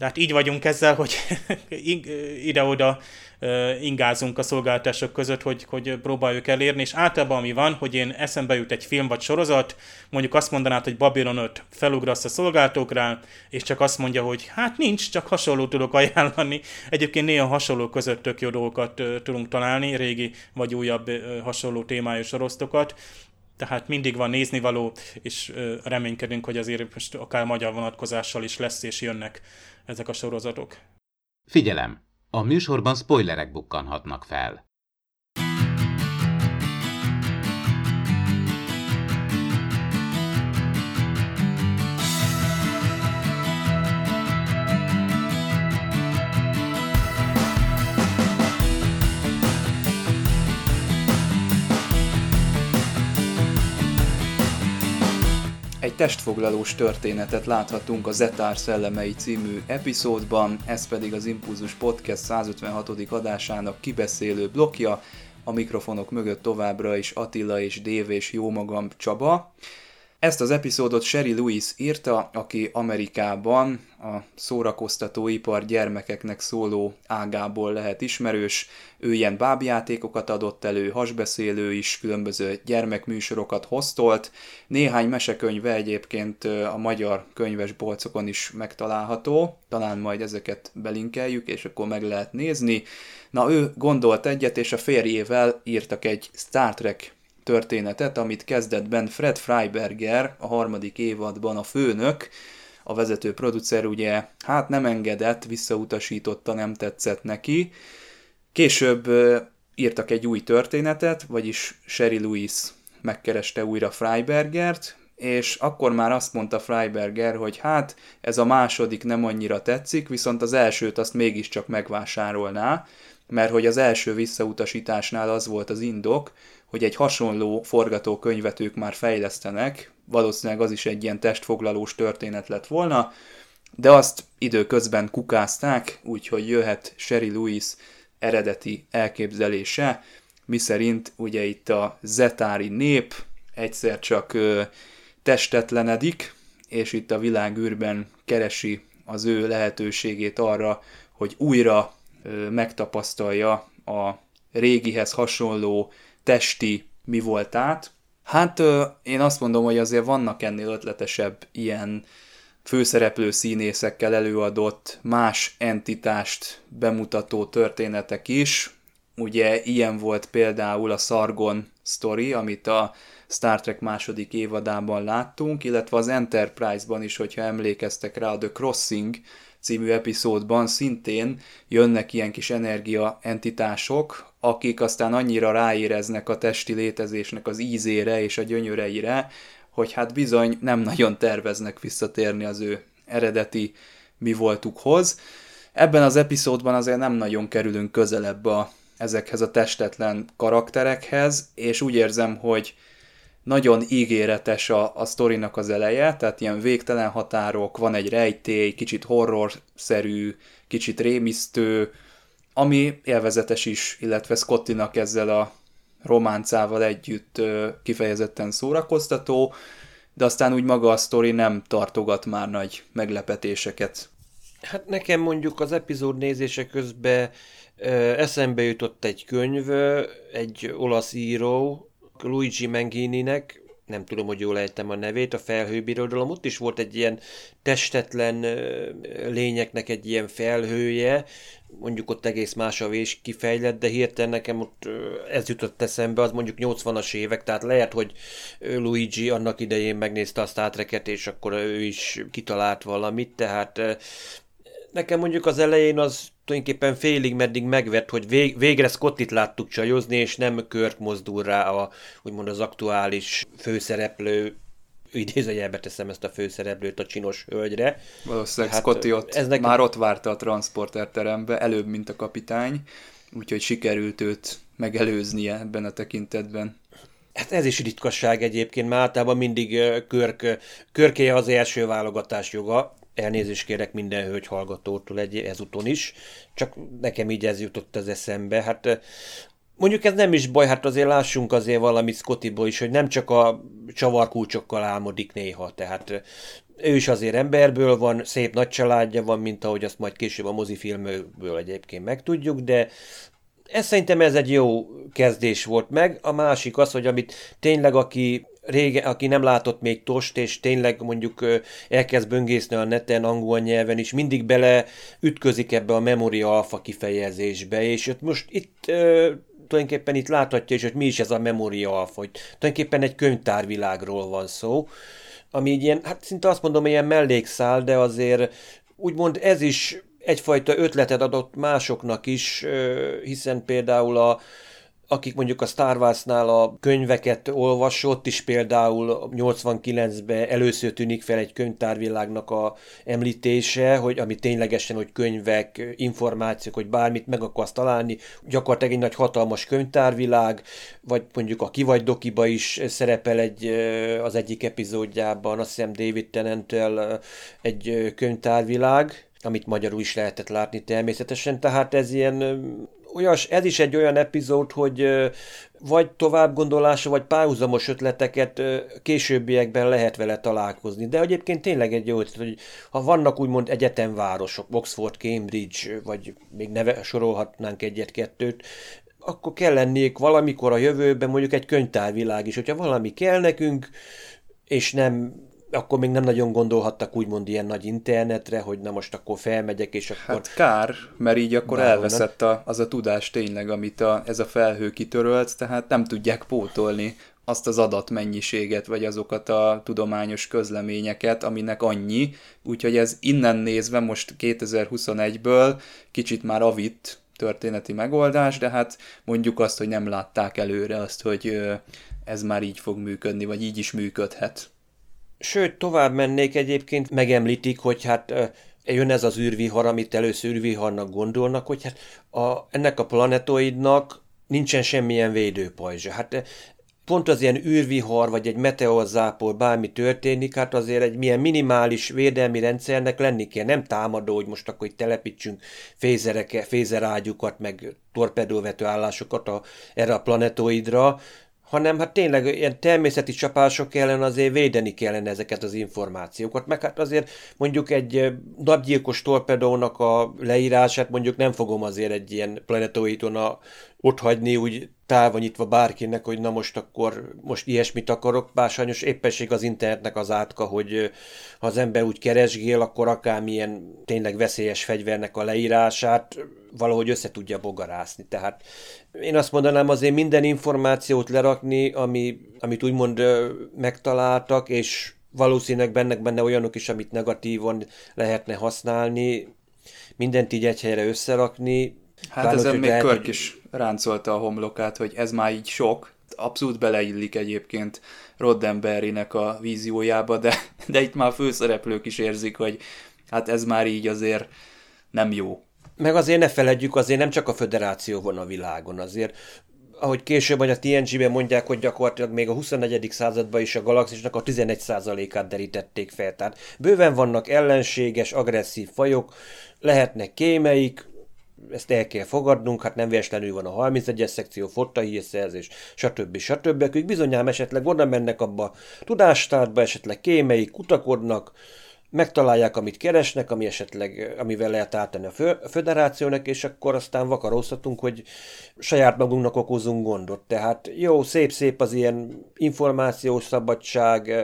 Tehát így vagyunk ezzel, hogy ide-oda ingázunk a szolgáltatások között, hogy próbáljuk elérni, és általában ami van, hogy én eszembe jut egy film vagy sorozat, mondjuk azt mondanád, hogy Babylon 5, felugrasz a szolgáltók rá, és csak azt mondja, hogy hát nincs, csak hasonló tudok ajánlani. Egyébként néha hasonló között tök jó dolgokat tudunk találni, régi vagy újabb hasonló témájú sorozatokat. Tehát mindig van néznivaló, és reménykedünk, hogy azért most akár magyar vonatkozással is lesz, és jönnek ezek a sorozatok. Figyelem! A műsorban spoilerek bukkanhatnak fel. Egy testfoglalós történetet láthatunk a Zetár szellemei című epizódban, ez pedig az Impulzus Podcast 156. adásának kibeszélő blokja, a mikrofonok mögött továbbra is Attila és Dév és jómagam Csaba. Ezt az epizódot Sherry Lewis írta, aki Amerikában a szórakoztatóipar gyermekeknek szóló ágából lehet ismerős. Ő ilyen bábjátékokat adott elő, hasbeszélő is, különböző gyermekműsorokat hoztolt. Néhány mesekönyve egyébként a magyar könyvesbolcokon is megtalálható, talán majd ezeket belinkeljük, és akkor meg lehet nézni. Na, ő gondolt egyet, és a férjével írtak egy Star Trek történetet, amit kezdetben Fred Freiberger, a 3. évadban a főnök, a vezető producer ugye hát nem engedett, visszautasította, nem tetszett neki. Később írtak egy új történetet, vagyis Sherry Lewis megkereste újra Freibergert, és akkor már azt mondta Freiberger, hogy hát ez a második nem annyira tetszik, viszont az elsőt azt mégiscsak megvásárolná, mert hogy az első visszautasításnál az volt az indok, hogy egy hasonló forgatókönyvet ők már fejlesztenek, valószínűleg az is egy ilyen testfoglalós történet lett volna, de azt időközben kukázták, úgyhogy jöhet Sherry Lewis eredeti elképzelése, miszerint ugye itt a zetári nép egyszer csak testetlenedik, és itt a világűrben keresi az ő lehetőségét arra, hogy újra megtapasztalja a régihez hasonló testi mi voltát. Hát én azt mondom, hogy azért vannak ennél ötletesebb ilyen főszereplő színészekkel előadott más entitást bemutató történetek is. Ugye ilyen volt például a Sargon sztori, amit a Star Trek második évadában láttunk, illetve az Enterprise-ban is, hogyha emlékeztek rá, a The Crossing című epizódban szintén jönnek ilyen kis energia entitások, akik aztán annyira ráéreznek a testi létezésnek az ízére és a gyönyöreire, hogy hát bizony nem nagyon terveznek visszatérni az ő eredeti mi voltukhoz. Ebben az epizódban azért nem nagyon kerülünk közelebb ezekhez a testetlen karakterekhez, és úgy érzem, hogy nagyon ígéretes a sztorinak az eleje, tehát ilyen végtelen határok, van egy rejtély, kicsit horrorszerű, kicsit rémisztő, ami élvezetes is, illetve Scottinak ezzel a románcával együtt kifejezetten szórakoztató, de aztán úgy maga a sztori nem tartogat már nagy meglepetéseket. Hát nekem mondjuk az epizód nézése közben eszembe jutott egy könyv, egy olasz író, Luigi Manghininek, nem tudom, hogy jól ejtem a nevét, a Felhőbirodalom, ott is volt egy ilyen testetlen lényeknek egy ilyen felhője, mondjuk ott egész más a vés kifejlett, de hirtelen nekem ott ez jutott eszembe, az mondjuk 80-as évek, tehát lehet, hogy Luigi annak idején megnézte a Star Trek-et, és akkor ő is kitalált valamit, tehát nekem mondjuk az elején az tulajdonképpen félig meddig megvett, hogy végre Scottit láttuk csajozni, és nem Kirk mozdul rá úgymond az aktuális főszereplő, idézőjelbe teszem ezt a főszereplőt a csinos hölgyre. Valószínűleg hát Scotty már ott várta a transporterterembe, előbb, mint a kapitány, úgyhogy sikerült őt megelőznie ebben a tekintetben. Hát ez is ritkasság egyébként, mert általában mindig Kirké az első válogatás joga. Elnézést kérek minden hölgy hallgatótól ezúton is, csak nekem így ez jutott az eszembe. Hát mondjuk ez nem is baj, hát azért lássunk azért valamit Scottyból is, hogy nem csak a csavarkulcsokkal álmodik néha, tehát ő is azért emberből van, szép nagy családja van, mint ahogy azt majd később a mozifilmből egyébként megtudjuk, de szerintem ez egy jó kezdés volt meg. A másik az, hogy amit tényleg aki nem látott még Tost, és tényleg mondjuk elkezd böngészni a neten, angol nyelven is, mindig bele ütközik ebbe a Memory Alpha kifejezésbe, és most itt tulajdonképpen itt láthatja is, hogy mi is ez a Memory Alpha, hogy tulajdonképpen egy könyvtárvilágról van szó, ami így ilyen, hát szinte azt mondom, ilyen mellékszál, de azért úgymond ez is egyfajta ötletet adott másoknak is, hiszen például akik mondjuk a Star Warsnál a könyveket olvasott is, például 89-ben először tűnik fel egy könyvtárvilágnak a említése, hogy ami ténylegesen, hogy könyvek, információk, hogy bármit meg akarsz találni, gyakorlatilag egy nagy hatalmas könyvtárvilág, vagy mondjuk a Ki vagy Dokiba is szerepel az egyik epizódjában, azt hiszem David Tennanttel egy könyvtárvilág, amit magyarul is lehetett látni természetesen, tehát ez ez is egy olyan epizód, hogy vagy továbbgondolásra, vagy párhuzamos ötleteket későbbiekben lehet vele találkozni. De egyébként tényleg egy jó ötlet, hogy ha vannak úgymond egyetemvárosok, Oxford, Cambridge, vagy még sorolhatnánk egyet-kettőt, akkor kell lennék valamikor a jövőben mondjuk egy könyvtárvilág is. Hogyha valami kell nekünk, és akkor még nem nagyon gondolhattak úgymond ilyen nagy internetre, hogy na most akkor felmegyek, és akkor... Hát kár, mert így akkor elveszett az a tudás tényleg, amit ez a felhő kitörölt, tehát nem tudják pótolni azt az adatmennyiséget, vagy azokat a tudományos közleményeket, aminek annyi, úgyhogy ez innen nézve most 2021-ből kicsit már avitt történeti megoldás, de hát mondjuk azt, hogy nem látták előre azt, hogy ez már így fog működni, vagy így is működhet. Sőt, tovább mennék egyébként, megemlítik, hogy hát jön ez az űrvihar, amit először űrviharnak gondolnak, hogy hát ennek a planetoidnak nincsen semmilyen védőpajzsa. Hát pont az ilyen űrvihar, vagy egy meteorzápor, bármi történik, hát azért egy milyen minimális védelmi rendszernek lenni kell. Nem támadó, hogy most akkor itt telepítsünk fézerágyukat, meg torpedóvető állásokat erre a planetoidra, hanem hát tényleg ilyen természeti csapások ellen azért védeni kellene ezeket az információkat, meg hát azért mondjuk egy napgyilkos torpedónak a leírását mondjuk nem fogom azért egy ilyen planetoidon otthagyni úgy távonyítva bárkinek, hogy na most ilyesmit akarok, bár sajnos éppenség az internetnek az átka, hogy ha az ember úgy keresgél, akkor akármilyen tényleg veszélyes fegyvernek a leírását valahogy össze tudja bogarászni. Tehát én azt mondanám, azért minden információt lerakni, amit úgymond megtaláltak, és valószínűleg benne olyanok is, amit negatívan lehetne használni, mindent így egy helyre összerakni. Hát ezen még Kirk is ráncolta a homlokát, hogy ez már így sok, abszolút beleillik egyébként Roddenberrynek a víziójába, de itt már a főszereplők is érzik, hogy hát ez már így azért nem jó. Meg azért ne feledjük, azért nem csak a föderáció van a világon, azért ahogy később, hogy a TNG-ben mondják, hogy gyakorlatilag még a 24. században is a galaxisnak a 11%-át derítették fel. Tehát bőven vannak ellenséges, agresszív fajok, lehetnek kémeik, ezt el kell fogadnunk, hát nem véletlenül van a 31-es szekció, flotta hírszerzés, stb. Akik bizonyám esetleg oda mennek abba a tudástárba, esetleg kémeik, kutakodnak, megtalálják, amit keresnek, amivel lehet áttenni a föderációnak, és akkor aztán vakarózhatunk, hogy saját magunknak okozunk gondot. Tehát jó, szép az ilyen információs szabadság,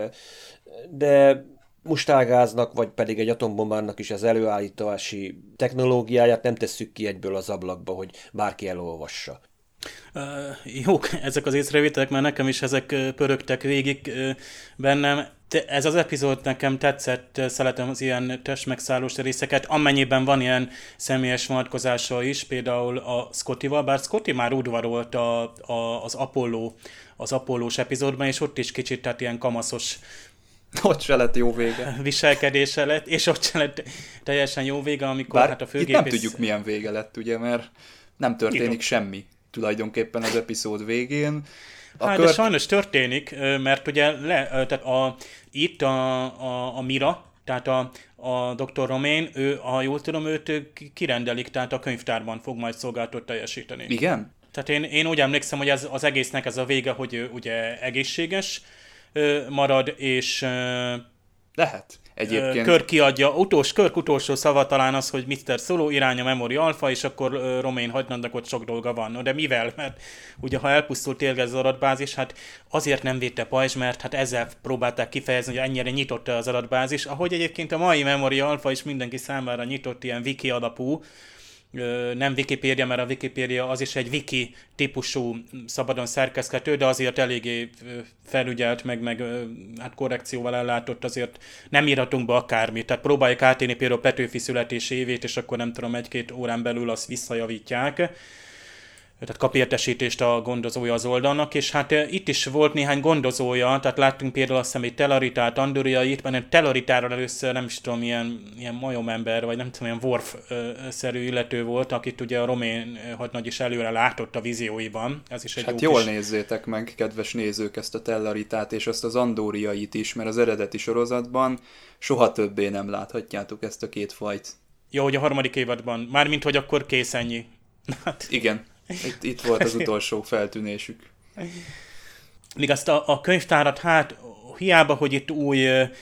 de mustágáznak, vagy pedig egy atombombának is az előállítási technológiáját nem tesszük ki egyből az ablakba, hogy bárki elolvassa. Jók ezek az észrevételek, mert nekem is ezek pörögtek végig bennem. Ez az epizód nekem tetszett, szeretem az ilyen testmegszállós részeket, amennyiben van ilyen személyes vonatkozása is, például a Scottyval, bár Scotty már udvarolt az Apollós epizódban, és ott is kicsit, tehát ilyen kamaszos ott se lett jó vége. Viselkedése lett, és ott se lett teljesen jó vége, amikor bár hát a főgépész... itt nem tudjuk, milyen vége lett, ugye, mert nem történik semmi tulajdonképpen az epizód végén. De sajnos történik, mert ugye itt a Mira, tehát a Dr. Romain, ha jól tudom, őt kirendelik, tehát a könyvtárban fog majd szolgáltat teljesíteni. Igen? Tehát én úgy emlékszem, hogy az egésznek ez a vége, hogy ugye egészséges marad, és... Lehet. Egyébként... Kirk utolsó szava talán az, hogy Mr. Solo irány a Memory Alpha, és akkor Romain hagynának ott sok dolga van. No, de mivel? Mert ugye ha elpusztult tényleg ez az adatbázis, hát azért nem védte Pajzs, mert hát ezzel próbálták kifejezni, hogy ennyire nyitott az adatbázis, ahogy egyébként a mai Memory Alpha is mindenki számára nyitott, ilyen wiki alapú, nem Wikipédia, mert a Wikipédia az is egy wiki típusú szabadon szerkeszthető, de azért eléggé felügyelt, meg hát korrekcióval ellátott, azért nem írhatunk be akármit. Tehát próbáljuk átélni például Petőfi születési évét, és akkor nem tudom, 1-2 órán belül azt visszajavítják. Tehát kap értesítést a gondozója az oldalnak, és hát itt is volt néhány gondozója, tehát láttunk például azt hiszem egy Telaritát, Andoriait, mert Telaritáról először nem is tudom, ilyen majomember, vagy nem tudom, ilyen Worf-szerű illető volt, akit ugye a Romain hadnagy is előre látott a vízióiban. Ez is egy hát jól nézzétek meg, kedves nézők, ezt a Telaritát és azt az Andoriait is, mert az eredeti sorozatban soha többé nem láthatjátok ezt a két fajt. Jó, hogy a 3. évadban, mármint hogy akkor kész ennyi. Hát. Igen. Itt volt az utolsó feltűnésük. Míg azt a könyvtárat, hát hiába, hogy itt új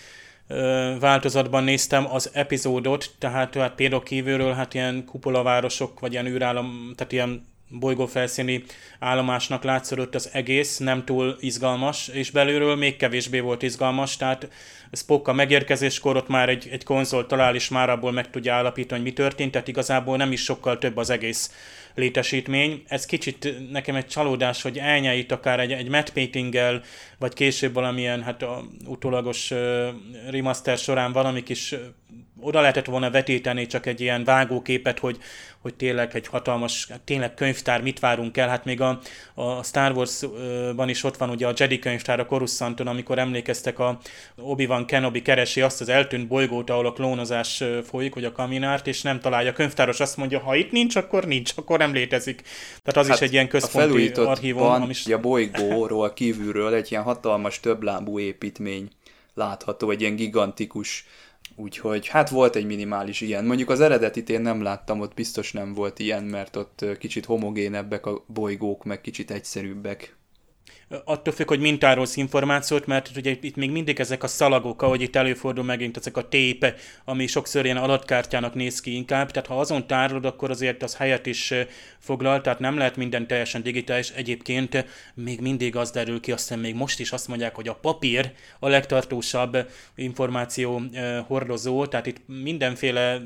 változatban néztem az epizódot, tehát például kívülről hát ilyen kupolavárosok, vagy ilyen űrállam, tehát ilyen bolygófelszíni állomásnak látszódott az egész, nem túl izgalmas, és belülről még kevésbé volt izgalmas, tehát Spock a megérkezéskor ott már egy konzol talál, és már abból meg tudja állapítani, hogy mi történt, tehát igazából nem is sokkal több az egész létesítmény. Ez kicsit nekem egy csalódás, hogy elnyelít akár egy matte paintinggel, vagy később valamilyen hát utólagos remaster során valami kis oda lehetett volna vetíteni csak egy ilyen vágóképet, hogy tényleg egy hatalmas, tényleg könyvtár, mit várunk el. Hát még a Star Wars-ban is ott van ugye a Jedi könyvtár a Coruscanton, amikor emlékeztek, a Obi-Wan Kenobi keresi azt az eltűnt bolygót, ahol a klónozás folyik, vagy a Kaminárt, és nem találja. A könyvtáros azt mondja, ha itt nincs, akkor nem létezik. Tehát az hát is egy ilyen központi archívum. Is... A bolygóról kívülről egy ilyen hatalmas többlábú építmény látható, egy ilyen gigantikus. Úgyhogy hát volt egy minimális ilyen. Mondjuk az eredetit én nem láttam, ott biztos nem volt ilyen, mert ott kicsit homogénebbek a bolygók, meg kicsit egyszerűbbek. Attól függ, hogy mintárolsz információt, mert ugye itt még mindig ezek a szalagok, ahogy itt előfordul megint ezek a tépe, ami sokszor ilyen adatkártyának néz ki inkább, tehát ha azon tárolod, akkor azért az helyet is foglal, tehát nem lehet minden teljesen digitális. Egyébként még mindig az derül ki, aztán még most is azt mondják, hogy a papír a legtartósabb információ hordozó, tehát itt mindenféle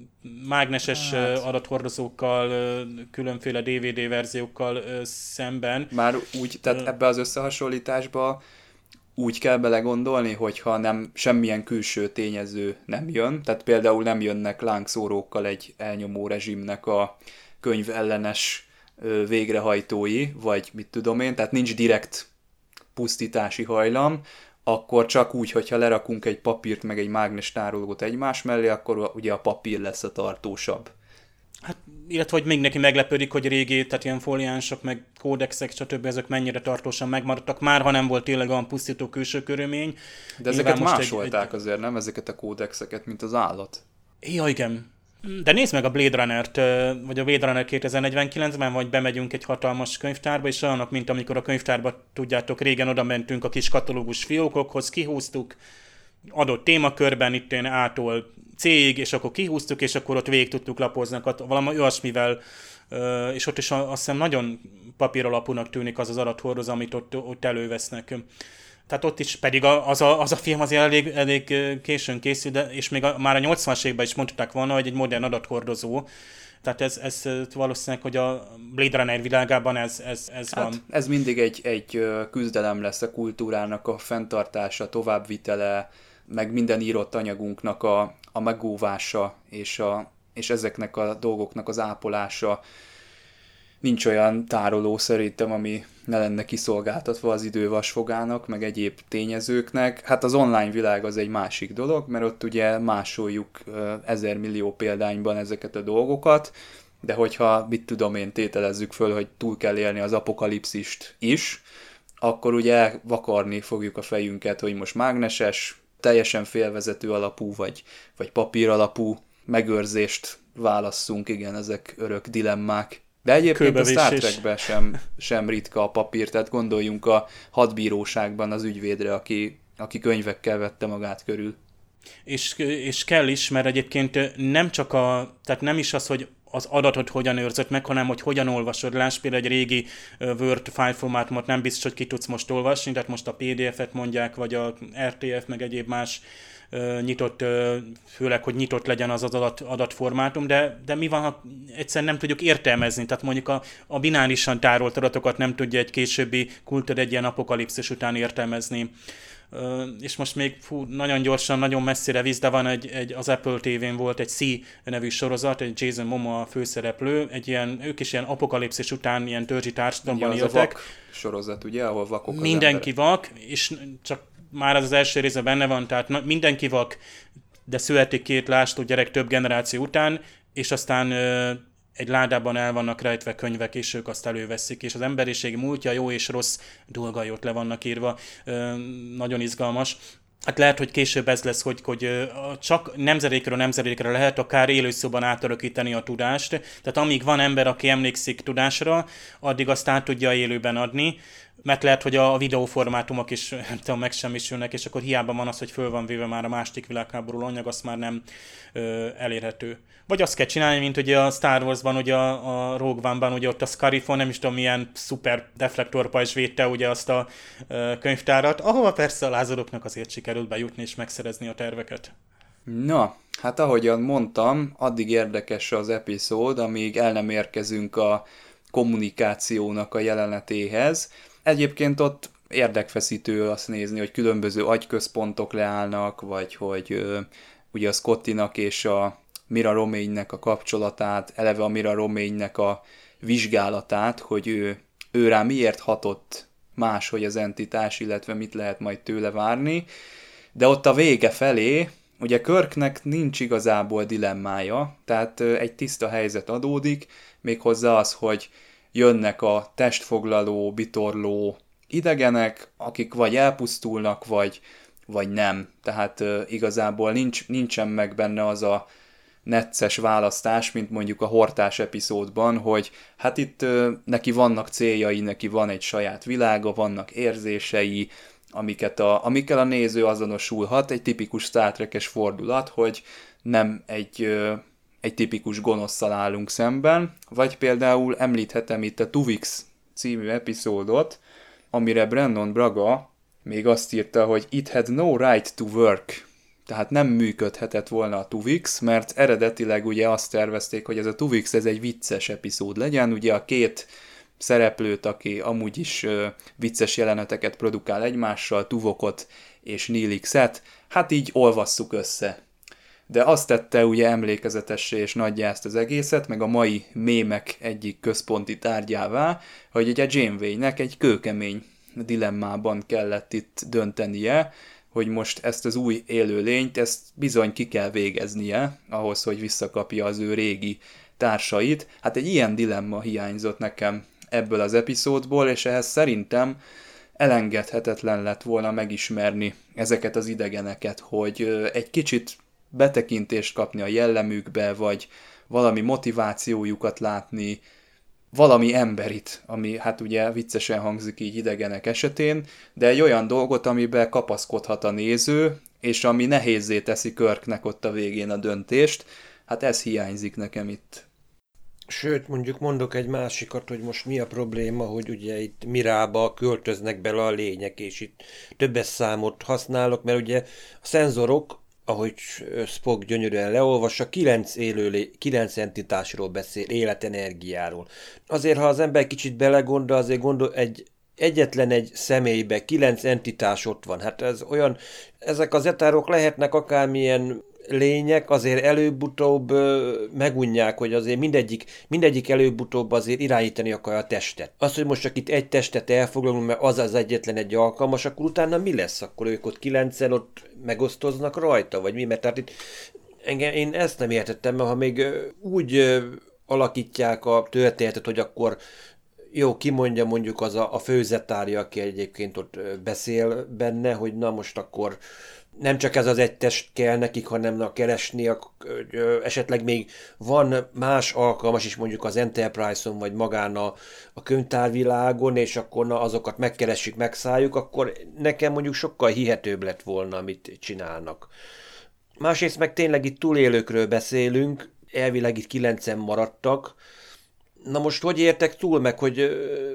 mágneses adathordozókkal, különféle DVD verziókkal szemben. Már úgy, tehát ebbe az összehasonlításba úgy kell belegondolni, hogyha nem semmilyen külső tényező nem jön, tehát például nem jönnek lángszórókkal egy elnyomó rezsimnek a könyv ellenes végrehajtói, vagy mit tudom én, tehát nincs direkt pusztítási hajlam, akkor csak úgy, hogyha lerakunk egy papírt meg egy mágnestárolót egymás mellé, akkor ugye a papír lesz a tartósabb. Hát, illetve, hogy még neki meglepődik, hogy régi, tehát ilyen fóliánsok, meg kódexek, stb. Ezek mennyire tartósan megmaradtak, már ha nem volt tényleg olyan pusztító külső körülmény. De ezeket másolták azért, nem? Ezeket a kódexeket, mint az állat. Ja, igen. De nézd meg a Blade Runnert, vagy a Blade Runner 2049-ben, vagy bemegyünk egy hatalmas könyvtárba, és olyanok, mint amikor a könyvtárba, tudjátok, régen oda mentünk a kis katalógus fiókokhoz, kihúztuk, adott témakörben, itt én A-tól C-ig, és akkor kihúztuk, és akkor ott végig tudtuk lapozni, valami olyasmivel, és ott is azt hiszem nagyon papíralapúnak tűnik az adathordozó, amit ott elővesznek. Tehát ott is pedig az a film azért elég későn készült, és még már a 80-as években is mondták volna, hogy egy modern adathordozó. Tehát ez valószínűleg, hogy a Blade Runner világában ez hát van. Ez mindig egy küzdelem lesz a kultúrának a fenntartása, továbbvitele, meg minden írott anyagunknak a megóvása, és ezeknek a dolgoknak az ápolása. Nincs olyan tároló szerintem, ami ne lenne kiszolgáltatva az idő vasfogának, meg egyéb tényezőknek. Hát az online világ az egy másik dolog, mert ott ugye másoljuk 1000 millió példányban ezeket a dolgokat, de hogyha, mit tudom én, tételezzük föl, hogy túl kell élni az apokalipszist is, akkor ugye vakarni fogjuk a fejünket, hogy most mágneses, teljesen félvezető alapú, vagy papír alapú megőrzést válasszunk, igen, ezek örök dilemmák. De egyébként a Star Trekben sem ritka a papír, tehát gondoljunk a hadbíróságban az ügyvédre, aki könyvekkel vette magát körül. És kell is, mert egyébként nem csak tehát nem is az, hogy az adatot hogyan őrzött meg, hanem hogy hogyan olvasod. Láss például egy régi Word file formátumot nem biztos, hogy ki tudsz most olvasni, tehát most a PDF-et mondják, vagy a RTF, meg egyéb más nyitott, főleg, hogy nyitott legyen az adatformátum, de mi van, ha egyszerűen nem tudjuk értelmezni, tehát mondjuk a binárisan tárolt adatokat nem tudja egy későbbi kultúr egy ilyen apokalipszis után értelmezni. És most még nagyon gyorsan, nagyon messzire visz, de van az Apple TV-n volt egy C nevű sorozat, egy Jason Momoa a főszereplő, ők is ilyen apokalipszis után ilyen törzsi társadalomban éltek. Az a vak sorozat, ugye, ahol vakok az mindenki emberek. vak, és csak már az első része benne van, tehát mindenki vak, de születik 2 lástó gyerek több generáció után, és aztán egy ládában el vannak rejtve könyvek, és ők azt előveszik, és az emberiség múltja, jó és rossz dolgai ott le vannak írva. Nagyon izgalmas. Hát lehet, hogy később ez lesz, hogy csak nemzedékről nemzedékre lehet akár élőszóban átörökíteni a tudást. Tehát amíg van ember, aki emlékszik tudásra, addig azt át tudja élőben adni, mert lehet, hogy a videóformátumok is megsemmisülnek, és akkor hiába van az, hogy föl van véve már a második világháború anyag, az már nem elérhető. Vagy azt kell csinálni, mint ugye a Star Wars-ban, ugye a Rogue One-ban, ugye ott a Scarifon, nem is tudom milyen szuper deflektorpajzs védte ugye azt a könyvtárat, ahova persze a lázadóknak azért sikerült bejutni és megszerezni a terveket. Na, hát ahogyan mondtam, addig érdekes az epizód, amíg el nem érkezünk a kommunikációnak a jelenetéhez. Egyébként ott érdekfeszítő azt nézni, hogy különböző agyközpontok leállnak, vagy hogy ugye a Scottynak és a Mira Romaine-nek a kapcsolatát, eleve a Mira Romaine-nek a vizsgálatát, hogy ő rá miért hatott máshogy az entitás, illetve mit lehet majd tőle várni. De ott a vége felé, ugye Kirknek nincs igazából dilemmája, tehát egy tiszta helyzet adódik, méghozzá az, hogy jönnek a testfoglaló, bitorló idegenek, akik vagy elpusztulnak, vagy nem. Tehát igazából nincsen meg benne az a necces választás, mint mondjuk a Hortás epizódban, hogy hát itt neki vannak céljai, neki van egy saját világa, vannak érzései, amikkel a néző azonosulhat, egy tipikus Star Trek-es fordulat, hogy nem egy tipikus gonoszszal állunk szemben, vagy például említhetem itt a Tuvix című epizódot, amire Brandon Braga még azt írta, hogy it had no right to work, tehát nem működhetett volna a Tuvix, mert eredetileg ugye azt tervezték, hogy ez a Tuvix ez egy vicces epizód legyen, ugye a 2 szereplőt, aki amúgy is vicces jeleneteket produkál egymással, Tuvokot és Neelixet, hát így olvasszuk össze. De azt tette ugye emlékezetessé és nagyjá ezt az egészet, meg a mai mémek egyik központi tárgyává, hogy ugye Janeway-nek egy kőkemény dilemmában kellett itt döntenie, hogy most ezt az új élőlényt, ezt bizony ki kell végeznie, ahhoz, hogy visszakapja az ő régi társait. Hát egy ilyen dilemma hiányzott nekem ebből az epizódból, és ehhez szerintem elengedhetetlen lett volna megismerni ezeket az idegeneket, hogy egy kicsit betekintést kapni a jellemükbe, vagy valami motivációjukat látni, valami emberit, ami hát ugye viccesen hangzik így idegenek esetén, de egy olyan dolgot, amiben kapaszkodhat a néző, és ami nehézzé teszi Kirknek ott a végén a döntést, hát ez hiányzik nekem itt. Sőt, mondjuk mondok egy másikat, hogy most mi a probléma, hogy ugye itt Mirába költöznek bele a lények, és itt többes számot használok, mert ugye a szenzorok, ahogy Spock gyönyörűen leolvassa, 9 entitásról beszél, életenergiáról. Azért, ha az ember kicsit belegondol, azért egyetlen egy személybe 9 entitás ott van. Hát ez olyan, ezek az etárok lehetnek akármilyen lények, azért előbb-utóbb megunják, hogy azért mindegyik előbb-utóbb azért irányítani akarja a testet. Az, hogy most csak itt egy testet elfoglalunk, mert az az egyetlen egy alkalmas, akkor utána mi lesz? Akkor ők ott 9-en ott megosztoznak rajta, vagy mi? Mert tehát itt én ezt nem értettem, mert ha még úgy alakítják a történetet, hogy akkor jó, kimondja mondjuk az a főzetárja, aki egyébként ott beszél benne, hogy na most akkor nem csak ez az egy test kell nekik, hanem keresni, esetleg még van más alkalmas is mondjuk az Enterprise-on, vagy magán a könyvtárvilágon, és akkor azokat megkeressük, megszálljuk, akkor nekem mondjuk sokkal hihetőbb lett volna, amit csinálnak. Másrészt meg tényleg itt túlélőkről beszélünk, elvileg itt 9-en maradtak. Na most hogy értek túl meg, hogy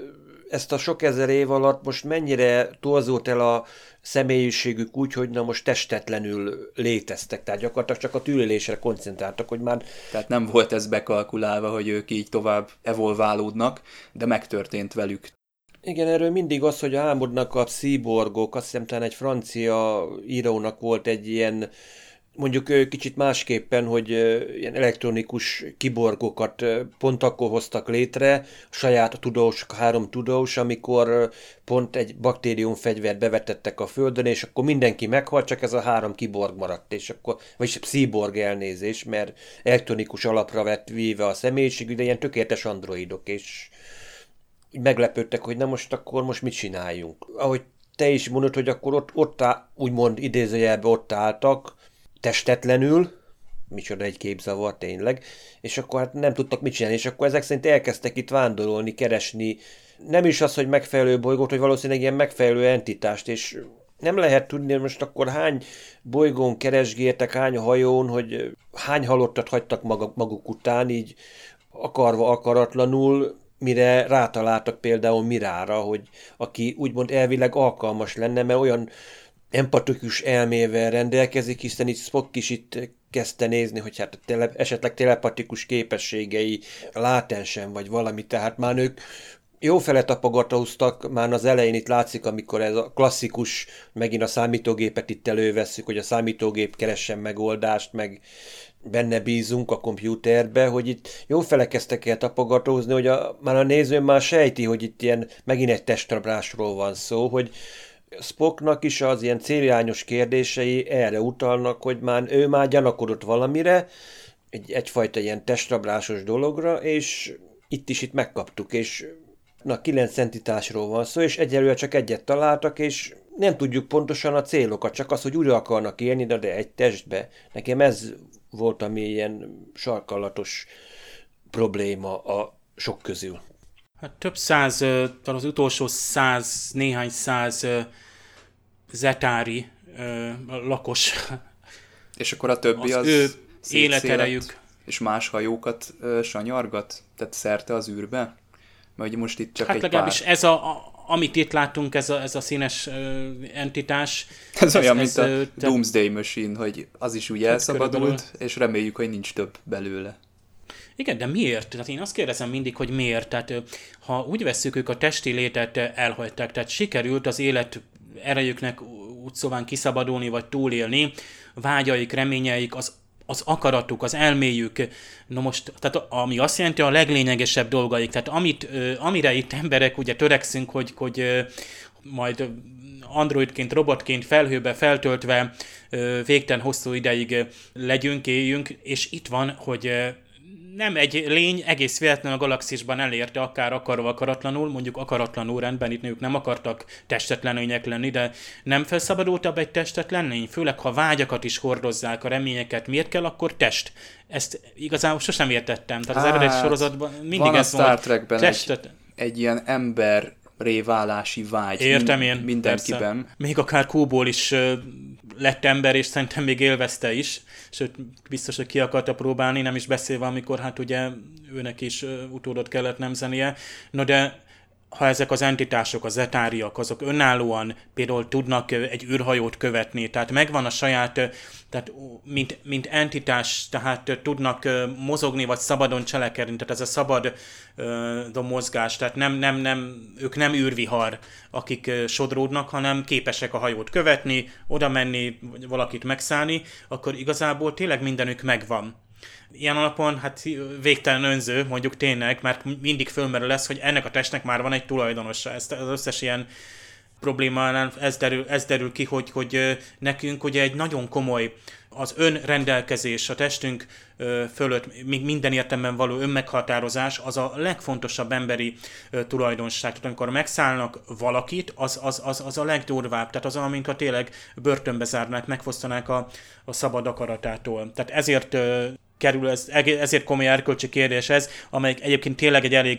ezt a sok ezer év alatt most mennyire torzult el a személyiségük úgy, hogy na most testetlenül léteztek, tehát gyakorlatilag csak a túlélésre koncentráltak, hogy már... Tehát nem volt ez bekalkulálva, hogy ők így tovább evolválódnak, de megtörtént velük. Igen, erről mindig az, hogy álmodnak a cyborgok, azt hiszem talán egy francia írónak volt egy ilyen, mondjuk kicsit másképpen, hogy ilyen elektronikus kiborgokat pont akkor hoztak létre, saját tudósok, 3 tudós, amikor pont egy baktériumfegyvert bevetettek a földön, és akkor mindenki meghalt, csak ez a 3 kiborg maradt, és akkor, vagyis cyborg elnézés, mert elektronikus alapra vett véve a személyiség, de ilyen tökéletes androidok, és meglepődtek, hogy na most mit csináljunk. Ahogy te is mondod, hogy akkor ott úgymond idézőjelben ott álltak, testetlenül, micsoda egy képzavar tényleg, és akkor hát nem tudtak mit csinálni, és akkor ezek szerint elkezdtek itt vándorolni, keresni, nem is az, hogy megfelelő bolygót, hogy valószínűleg ilyen megfelelő entitást, és nem lehet tudni, hogy most akkor hány bolygón keresgéltek, hány hajón, hogy hány halottat hagytak maguk után, így akarva, akaratlanul, mire rátaláltak például Mirára, hogy aki úgymond elvileg alkalmas lenne, mert olyan empatikus elmével rendelkezik, hiszen itt Spock is itt kezdte nézni, hogy hát esetleg telepatikus képességei látensen vagy valami, tehát már ők jófele tapogatóztak, már az elején itt látszik, amikor ez a klasszikus, megint a számítógépet itt elővesszük, hogy a számítógép keressen megoldást, meg benne bízunk a kompjúterbe, hogy itt jófele kezdtek el tapogatózni, hogy már a néző már sejti, hogy itt ilyen megint egy testrablásról van szó, hogy Spocknak is az ilyen célirányos kérdései erre utalnak, hogy ő már gyanakodott valamire, egyfajta ilyen testrablásos dologra, és itt megkaptuk, és 9 entitásról van szó, és egyelőre csak egyet találtak, és nem tudjuk pontosan a célokat, csak az, hogy úgy akarnak élni, de egy testbe. Nekem ez volt, ami ilyen sarkallatos probléma a sok közül. Hát több száz, talán az utolsó néhány száz zetári lakos. És akkor a többi az ő életerejük. És más hajókat sanyargat? Tehát szerte az űrbe? Vagy most itt csak hát egy legalábbis pár? Ez amit itt látunk, ez a színes entitás. Ez olyan, mint a Doomsday Machine, hogy az is úgy elszabadult, körülbelül. és reméljük, hogy nincs több belőle. Igen, de miért? Tehát én azt kérdezem mindig, hogy miért. Tehát ha úgy vesszük, ők a testi létet elhagyták, tehát sikerült az élet erejüknek úgy szóval kiszabadulni, vagy túlélni, vágyaik, reményeik, az akaratuk, az elméjük, no most, tehát ami azt jelenti a leglényegesebb dolgaik, tehát amire itt emberek ugye törekszünk, hogy majd androidként, robotként felhőbe feltöltve végtelen hosszú ideig legyünk, éljünk, és itt van, hogy nem egy lény egész véletlenül a galaxisban elérte, akár akarva akaratlanul, mondjuk akaratlanul rendben, itt ők nem akartak testetlen lények lenni, de nem felszabadultabb egy testetlen lény, főleg ha vágyakat is hordozzák, a reményeket, miért kell akkor test? Ezt igazából sosem értettem. Tehát az eredeti sorozatban mindig van ez van a Star Trekben egy ilyen ember réválási vágy. Értem én, mindenkiben. Persze. Még akár Kóból is lett ember, és szerintem még élvezte is, sőt, biztos, hogy ki akarta próbálni, nem is beszélve, amikor hát ugye őnek is utódot kellett nemzenie. No de ha ezek az entitások, a zetáriak, azok önállóan például tudnak egy űrhajót követni, tehát megvan a saját, tehát mint entitás, tehát tudnak mozogni, vagy szabadon cselekedni, tehát ez a szabad mozgás, tehát ők nem űrvihar, akik sodródnak, hanem képesek a hajót követni, oda menni, vagy valakit megszállni, akkor igazából tényleg mindenük megvan. Ilyen alapon hát végtelen önző, mondjuk tényleg, mert mindig fölmerül lesz, hogy ennek a testnek már van egy tulajdonosa. Ezt az összes ilyen problémánál ez derül ki, hogy nekünk ugye egy nagyon komoly az önrendelkezés, a testünk fölött minden értelemben való önmeghatározás, az a legfontosabb emberi tulajdonság. Tehát amikor megszállnak valakit, az a legdurvább. Tehát az, amint tényleg börtönbe zárnák, megfosztanák a szabad akaratától. Tehát ezért kerül ezért komoly erkölcsi kérdés ez, amelyik egyébként tényleg egy elég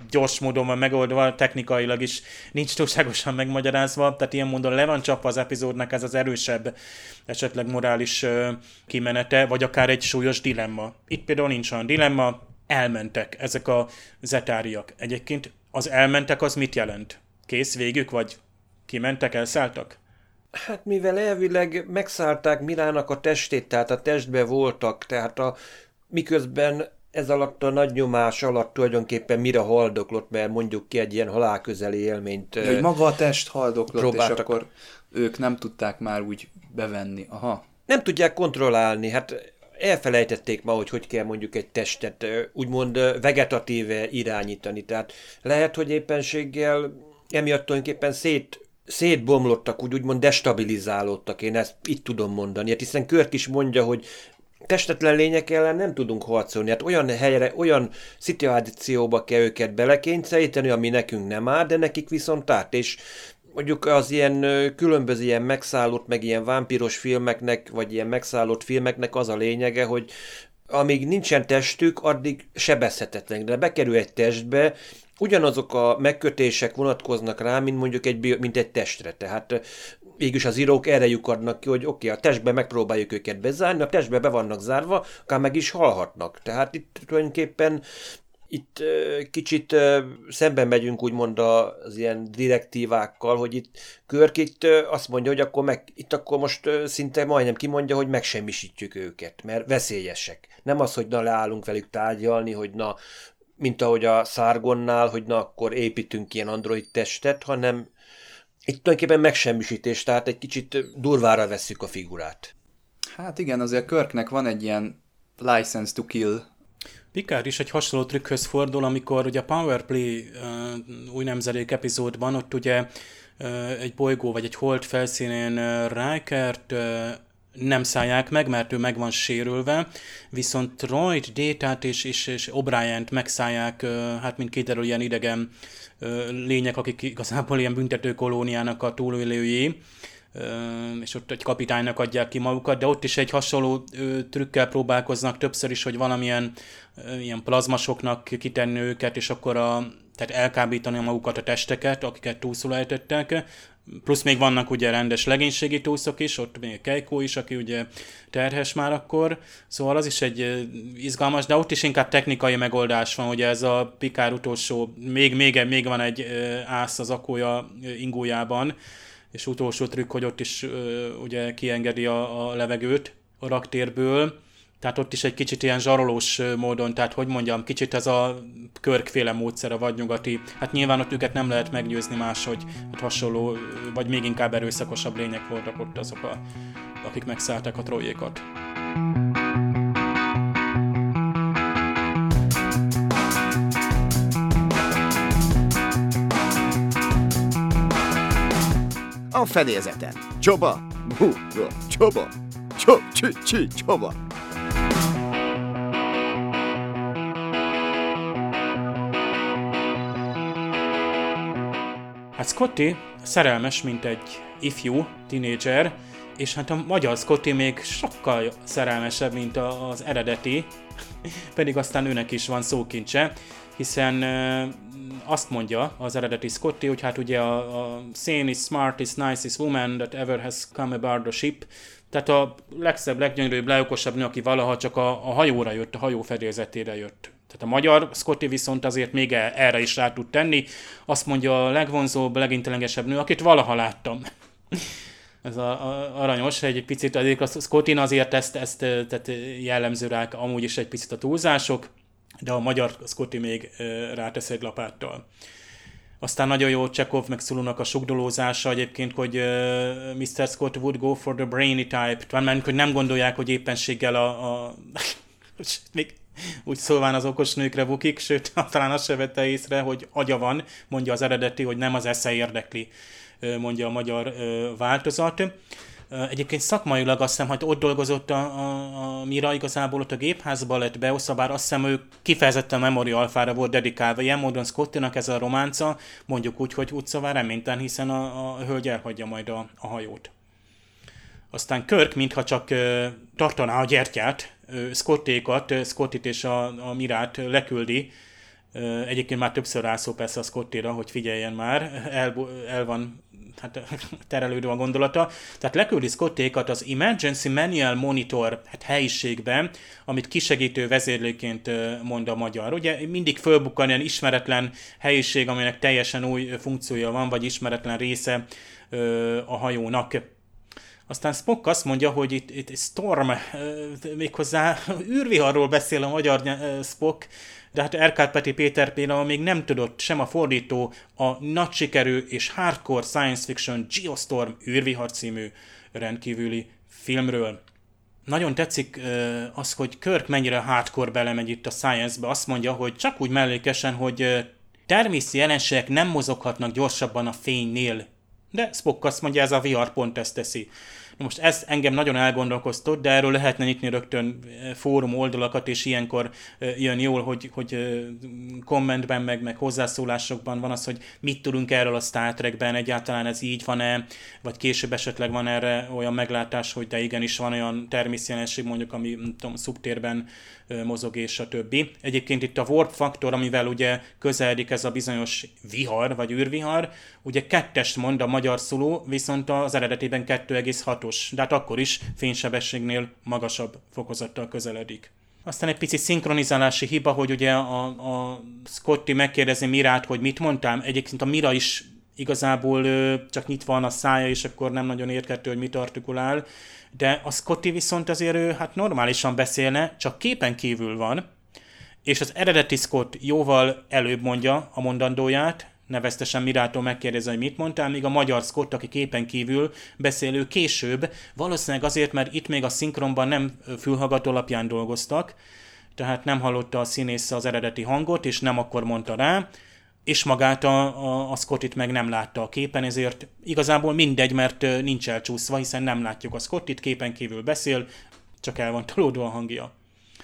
gyors módon van megoldva, technikailag is nincs túlságosan megmagyarázva, tehát ilyen módon le van csapva az epizódnak ez az erősebb, esetleg morális kimenete, vagy akár egy súlyos dilemma. Itt például nincs olyan dilemma, elmentek ezek a zetáriak. Egyébként az elmentek az mit jelent? Kész végük, vagy kimentek, elszálltak? Hát mivel elvileg megszállták Mirának a testét, tehát a testbe voltak, tehát miközben ez alatt a nagy nyomás alatt tulajdonképpen mire haldoklott, mert mondjuk ki egy ilyen halálközeli élményt hogy maga a test haldoklott, próbáltak. és akkor ők nem tudták már úgy bevenni. Aha. Nem tudják kontrollálni, hát elfelejtették ma, hogy kell mondjuk egy testet úgymond vegetatíve irányítani, tehát lehet, hogy éppenséggel emiatt tulajdonképpen szétbomlottak, úgymond destabilizálódtak, én ezt így tudom mondani. Hát hiszen Kirk is mondja, hogy testetlen lények ellen nem tudunk harcolni. Hát olyan helyre, olyan szituációba kell őket belekényszeríteni, ami nekünk nem áll, de nekik viszont át. És mondjuk az ilyen különböző ilyen megszállott, meg ilyen vámpiros filmeknek, vagy ilyen megszállott filmeknek az a lényege, hogy amíg nincsen testük, addig sebezhetetlen. De bekerül egy testbe, ugyanazok a megkötések vonatkoznak rá, mint mondjuk mint egy testre. Tehát végülis az írók erre lyukadnak ki, hogy oké, a testbe megpróbáljuk őket bezárni, a testbe be vannak zárva, akár meg is halhatnak. Tehát itt tulajdonképpen kicsit szemben megyünk úgymond az ilyen direktívákkal, hogy itt Kirk azt mondja, hogy akkor most szinte majdnem kimondja, hogy megsemmisítjük őket, mert veszélyesek. Nem az, hogy leállunk velük tárgyalni, hogy mint ahogy a Sargonnál, hogy akkor építünk ilyen android testet, hanem itt tulajdonképpen megsemmisítés, tehát egy kicsit durvára vesszük a figurát. Hát igen, azért Kirknek van egy ilyen license to kill. Picard is egy hasonló trükkhöz fordul, amikor ugye a Power Play új nemzedék epizódban, ott ugye egy bolygó vagy egy hold felszínén Rikert nem szállják meg, mert ő meg van sérülve, viszont Troyt, Data-t és O'Brient megszállják, hát mint kiderül ilyen idegen lények, akik igazából ilyen büntető kolóniának a túlélői, és ott egy kapitánynak adják ki magukat, de ott is egy hasonló trükkel próbálkoznak többször is, hogy valamilyen ilyen plazmasoknak kitenni őket, és akkor tehát elkábítani magukat a testeket, akiket túlszul ejtettek. Plusz még vannak ugye rendes legénységi túlszok is, ott még Keiko is, aki ugye terhes már akkor, szóval az is egy izgalmas, de ott is inkább technikai megoldás van, ugye ez a Picard utolsó, még van egy ász az akója ingójában, és utolsó trükk, hogy ott is ugye kiengedi a levegőt a raktérből, tehát ott is egy kicsit ilyen zsarolós módon, tehát hogy mondjam, kicsit ez a Kirk-féle módszer a vadnyugati, hát nyilván ott őket nem lehet meggyőzni máshogy, hát hasonló, vagy még inkább erőszakosabb lények voltak ott azok, akik megszállták a Trojékat. A fedélzeten. Csoba! Csoba! Csoba! Hát Scotty szerelmes, mint egy ifjú tínédzser, és hát a magyar Scotty még sokkal szerelmesebb, mint az eredeti, pedig aztán őnek is van szókincse, hiszen azt mondja az eredeti Scotty, hogy hát ugye a sanest, smartest, nicest woman that ever has come aboard the ship, tehát a legszebb, leggyönyörűbb, legokosabb nő, aki valaha csak a hajóra jött, a hajó fedélzetére jött. Tehát a magyar Scotty viszont azért még erre is rá tud tenni. Azt mondja a legvonzóbb, legintelligesebb nő, akit valaha láttam. Ez aranyos, egy picit azért a Scotty azért ezt tehát jellemző rá amúgy is egy picit a túlzások, de a magyar Scotty még rátesz egy lapáttal. Aztán nagyon jó Chekhov meg Sulunak a sugdolózása egyébként, hogy Mr. Scott would go for the brainy type, mert hogy nem gondolják, hogy éppenséggel még úgy szólván az okos nőkre bukik, sőt, talán azt se vette észre, hogy agya van, mondja az eredeti, hogy nem az esze érdekli, mondja a magyar változat. Egyébként szakmailag azt hiszem, hogy ott dolgozott a Mira, igazából ott a gépházba lett beosztva, bár azt hiszem, ő kifejezetten a Memory Alphára volt dedikálva. Ilyen módon Scottynak ez a románca, mondjuk úgy, hogy utcavár reménytelen, hiszen a hölgy elhagyja majd a hajót. Aztán Kirk, mintha csak tartaná a gyertyát, Scottyt és a Mirát leküldi Egyébként már többször rászól persze a Scottyra, hogy figyeljen már, el van terelődő a gondolata. Tehát leküldi Scottyékat az Emergency Manual Monitor helyiségben, amit kisegítő vezérlőként mond a magyar. Ugye mindig fölbukkan ilyen ismeretlen helyiség, aminek teljesen új funkciója van, vagy ismeretlen része a hajónak. Aztán Spock azt mondja, hogy itt Storm, méghozzá űrviharról beszél a magyar Spock, de hát R.K. Peti Péter például még nem tudott sem a fordító a nagy sikerű és hardcore science fiction Geostorm űrvihar című rendkívüli filmről. Nagyon tetszik az, hogy Kirk mennyire hardcore belemegy itt a science-be. Azt mondja, hogy csak úgy mellékesen, hogy természeti jelenségek nem mozoghatnak gyorsabban a fénynél. De Spock azt mondja, ez a VR pont ezt teszi. Na most ez engem nagyon elgondolkoztott, de erről lehetne nyitni rögtön fórum oldalakat, és ilyenkor jön jól, hogy kommentben, meg hozzászólásokban van az, hogy mit tudunk erről a Star Trekben, egyáltalán ez így van-e, vagy később esetleg van erre olyan meglátás, hogy de igenis van olyan természetjelenség, mondjuk, ami szubtérben mozog, és a többi. Egyébként itt a warp faktor, amivel ugye közeledik ez a bizonyos vihar, vagy űrvihar, ugye 2-est mond a magyar szóló, viszont az eredetiben 2,6-os, de hát akkor is fénysebességnél magasabb fokozattal közeledik. Aztán egy pici szinkronizálási hiba, hogy ugye a Scotty megkérdezi Mirát, hogy mit mondtam. Egyébként a Mira is igazából csak nyitva van a szája, és akkor nem nagyon érthető, hogy mit artikulál. De a Scotty viszont azért ő normálisan beszélne, csak képen kívül van, és az eredeti Scott jóval előbb mondja a mondandóját, neveztesen Mirától megkérdezi, hogy mit mondtál, míg a magyar Scott, aki képen kívül beszélő később, valószínűleg azért, mert itt még a szinkronban nem fülhallgató alapján dolgoztak, tehát nem hallotta a színész az eredeti hangot, és nem akkor mondta rá, és magát a Scottit meg nem látta a képen, ezért igazából mindegy, mert nincs elcsúszva, hiszen nem látjuk a Scottit, képen kívül beszél, csak el van tolódva a hangja.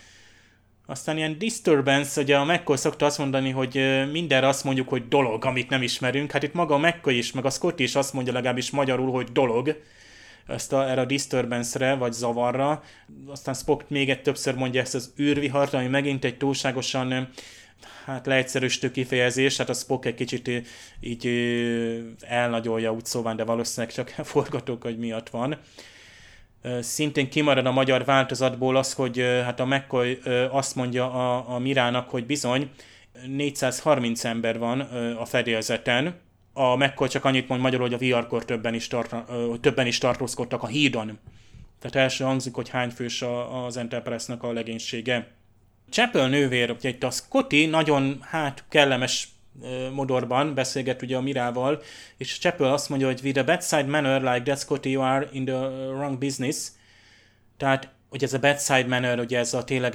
Aztán ilyen disturbance, ugye a McCoy szokta azt mondani, hogy mindenre azt mondjuk, hogy dolog, amit nem ismerünk. Hát itt maga a McCoy is, meg a Scotty is azt mondja legalábbis magyarul, hogy dolog, erre a disturbance-re, vagy zavarra. Aztán Spock még többször mondja ezt az űrvihart, ami megint egy túlságosan leegyszerűsítő kifejezés, hát a Spock egy kicsit így elnagyolja úgy szóval, de valószínűleg csak forgatókönyv miatt van. Szintén kimarad a magyar változatból az, hogy hát a McCoy azt mondja a Mirának, hogy bizony 430 ember van a fedélzeten. A McCoy csak annyit mond magyarul, hogy a VR-kor többen is tartózkodtak a hídon. Tehát első hangzik, hogy hány fős az Enterprise-nak a legénysége. Chapel nővér, ugye itt a Scotty nagyon kellemes modorban beszélget ugye a Mirával, és Chapel azt mondja, hogy with a bedside manner like that, Scotty, you are in the wrong business. Tehát, hogy ez a bedside manner, ugye tényleg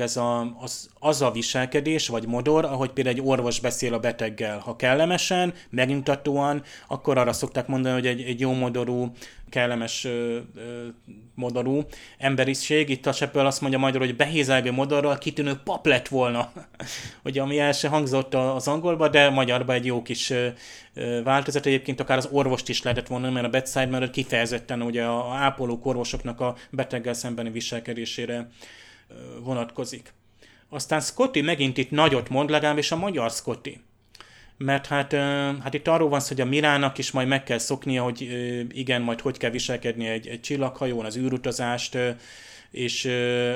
az a viselkedés, vagy modor, ahogy például egy orvos beszél a beteggel. Ha kellemesen, megnyugtatóan, akkor arra szokták mondani, hogy egy jó modorú, kellemes modorú emberiség. Itt a Chapel azt mondja magyarul, hogy behézelgő modorral kitűnő pap lett volna. Ugye, ami el se hangzott az angolba, de magyarban egy jó kis változat. Egyébként akár az orvost is lehetett volna, mert a bedside manner kifejezetten ugye a ápolók, orvosoknak a beteggel szembeni viselkedésére vonatkozik. Aztán Scotty megint itt nagyot mond, legalábbis a magyar Scotty. Mert hát itt arról van szó, hogy a Mirának is majd meg kell szoknia, hogy igen, majd hogy kell viselkedni egy csillaghajón, az űrutazást, és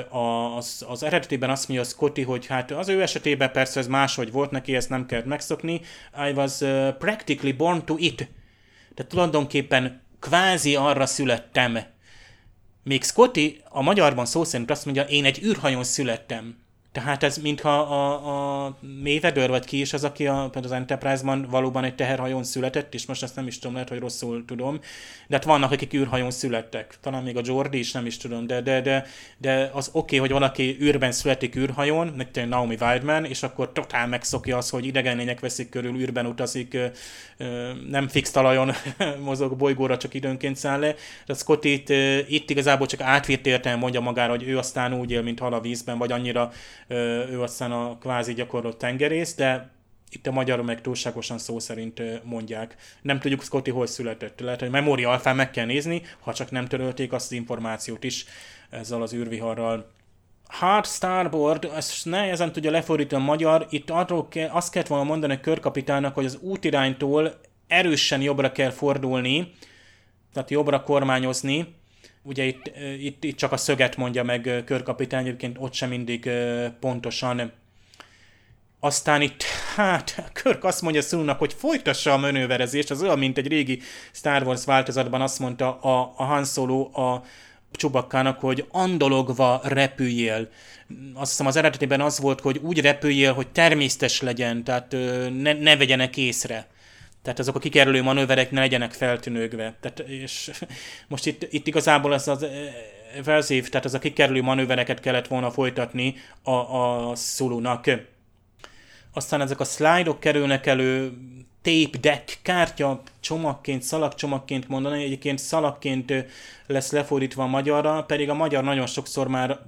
az eredetében azt mondja a Scotty, hogy hát az ő esetében persze ez máshogy volt neki, ezt nem kellett megszokni. I was practically born to it. Tehát tulajdonképpen kvázi arra születtem. Még Scotty a magyarban szó szerint azt mondja, én egy űrhajón születtem. Tehát ez mintha a Mayweather, vagy ki is az, aki az Enterprise-ban valóban egy teherhajón született, és most azt nem is tudom, lehet, hogy rosszul tudom, de hát vannak, akik űrhajón születtek. Talán még a Jordi is, nem is tudom, de az oké, hogy valaki űrben születik űrhajón, nektek Naomi Wildman, és akkor totál megszokja az, hogy idegen lények veszik körül, űrben utazik, nem fix talajon mozog, bolygóra csak időnként száll le. De Scotty itt igazából csak átvitt értelme mondja magára, hogy ő aztán úgy él, mint hal a vízben, vagy annyira ő aztán a kvázi gyakorlott tengerész, de itt a magyarul meg túlságosan szó szerint mondják. Nem tudjuk Scotty hol született. Lehet, hogy memória alfán meg kell nézni, ha csak nem törölték azt az információt is ezzel az űrviharral. Hard Starboard, ezt nehezen tudja lefordítani a magyar, itt azt kellett volna mondani a körkapitánynak, hogy az útiránytól erősen jobbra kell fordulni, tehát jobbra kormányozni. Ugye itt csak a szöget mondja meg körkapitány, egyébként ott sem mindig pontosan. Aztán itt, Kirk azt mondja Sulunak, hogy folytassa a manőverezést, az olyan, mint egy régi Star Wars változatban azt mondta a Han Solo a Chewbacca-nak, hogy andalogva repüljél. Azt hiszem az eredetiben az volt, hogy úgy repüljél, hogy természetes legyen, tehát ne vegyenek észre. Tehát azok a kikerülő manőverek ne legyenek feltűnőgve. Tehát, és most itt igazából az verzív, tehát az a kikerülő manővereket kellett volna folytatni a Sulunak. Aztán ezek a szlájdok kerülnek elő, tape deck, kártya csomagként, szalagcsomagként mondani, egyébként szalagként lesz lefordítva a magyarra, pedig a magyar nagyon sokszor már,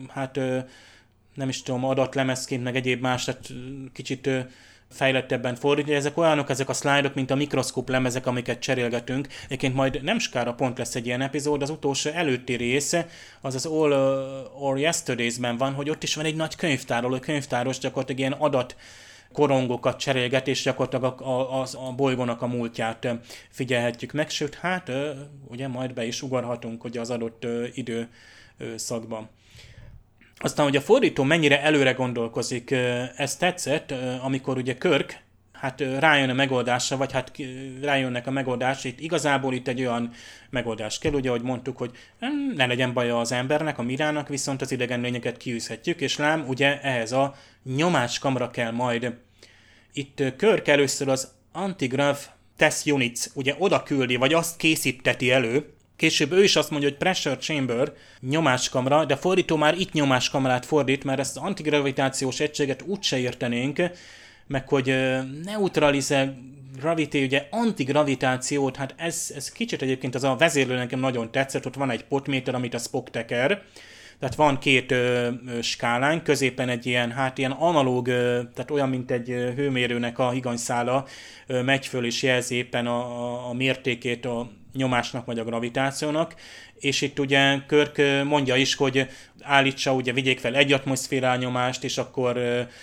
nem is tudom, adatlemezként, meg egyéb más, tehát kicsit fejlettebben fordítja. Ezek olyanok, ezek a szlájdok, mint a mikroszkóp lemezek, amiket cserélgetünk. Egyébként majd nem sokára pont lesz egy ilyen epizód, az utolsó előtti rész, az az All or Yesterdays-ben van, hogy ott is van egy nagy könyvtáros gyakorlatilag ilyen adat korongokat cserélget, és gyakorlatilag a bolygónak a múltját figyelhetjük meg, sőt, ugye majd be is ugorhatunk ugye az adott időszakban. Aztán, hogy a fordító mennyire előre gondolkozik, ez tetszett, amikor ugye Kirk rájön a megoldásra, vagy rájönnek a megoldásra, igazából itt egy olyan megoldás kell, ugye, ahogy mondtuk, hogy ne legyen baja az embernek, a Mirának, viszont az idegen lényeket kiűzhetjük, és lám, ugye ehhez a nyomáskamra kell majd. Itt Kirk először az Anti-Grav Test Units, ugye oda küldi, vagy azt készíteti elő, később ő is azt mondja, hogy Pressure Chamber, nyomáskamra, de fordító már itt nyomáskamrát fordít, mert ezt az antigravitációs egységet úgyse értenénk, meg hogy neutralize gravity, ugye antigravitációt, hát ez kicsit egyébként az a vezérlő nekem nagyon tetszett, ott van egy potméter, amit a Spock teker, tehát van két skálán, középen egy ilyen analóg, tehát olyan, mint egy hőmérőnek a higanyszála megy föl és jelzi éppen a mértékét a nyomásnak vagy a gravitációnak, és itt ugye Kirk mondja is, hogy állítsa, ugye vigyék fel 1 atmoszféra nyomást, és akkor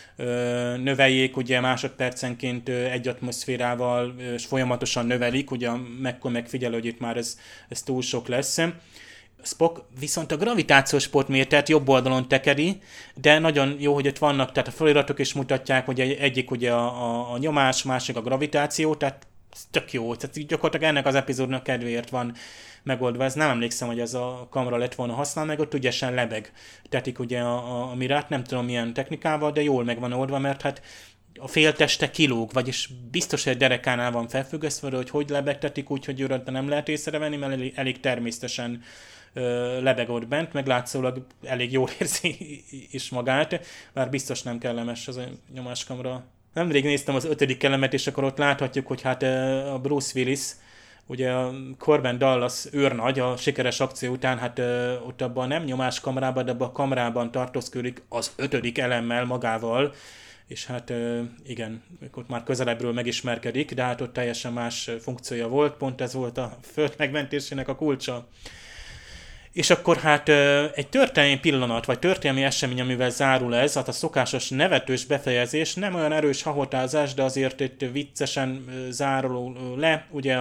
növeljék ugye másodpercenként 1 atmoszférával, és folyamatosan növelik, ugye megfigyelő, hogy itt már ez túl sok lesz. Spock viszont a gravitációs potmétert jobb oldalon tekeri, de nagyon jó, hogy ott vannak, tehát a feliratok is mutatják, hogy egyik ugye a nyomás, másik a gravitáció, tehát ez tök jó, tehát gyakorlatilag ennek az epizódnak kedvéért van megoldva. Ez nem emlékszem, hogy ez a kamera lett volna használva, meg ott ügyesen lebeg. Tetik ugye a Mirát, nem tudom milyen technikával, de jól meg van oldva, mert hát a félteste kilóg, vagyis biztos, hogy egy derekánál van felfüggesztve, hogy lebegtetik úgy, hogy őrötte nem lehet észrevenni, mert elég természetesen lebeg ott bent, meg látszólag elég jól érzi is magát, bár biztos nem kellemes az a nyomáskamera. Nemrég néztem az 5. elemet, és akkor ott láthatjuk, hogy a Bruce Willis, ugye a Corbin Dallas őrnagy a sikeres akció után, ott abban nem nyomáskamrában, de abban a kamrában tartózkodik az 5. elemmel magával, és igen, ott már közelebbről megismerkedik, de ott teljesen más funkciója volt, pont ez volt a föld megmentésének a kulcsa. És akkor egy történelmi pillanat, vagy történelmi esemény, amivel zárul ez, a szokásos nevetős befejezés, nem olyan erős hahotázás, de azért itt viccesen zárul le, ugye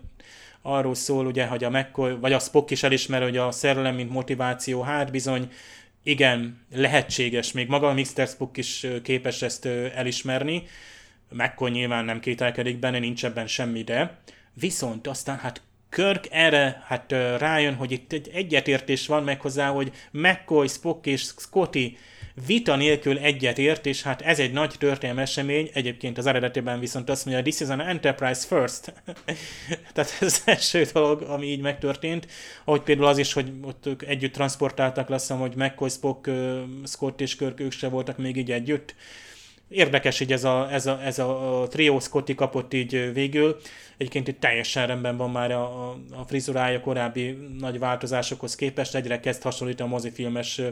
arról szól, ugye, hogy a McCoy, vagy a Spock is elismer, hogy a szerelem, mint motiváció, bizony, igen, lehetséges, még maga a Mr. Spock is képes ezt elismerni, McCoy nyilván nem kételkedik benne, nincs ebben semmi, de viszont aztán Kirk erre rájön, hogy itt egy egyetértés van meg hozzá, hogy McCoy, Spock és Scotty vita nélkül egyetért, és ez egy nagy történelmi esemény, egyébként az eredetében viszont azt mondja, this is an Enterprise first. Tehát ez az első dolog, ami így megtörtént. Ahogy például az is, hogy ott ők együtt transportáltak, lassan, hogy McCoy, Spock, Scott és Kirk, ők se voltak még így együtt. Érdekes, hogy ez a trió Scotty kapott így végül. Egyébként itt teljesen rendben van már a frizurája korábbi nagy változásokhoz képest. Egyre kezd hasonlítani a mozifilmes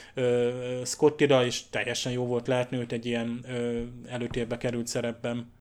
Scottyra, és teljesen jó volt látni őt egy ilyen előtérbe került szerepben.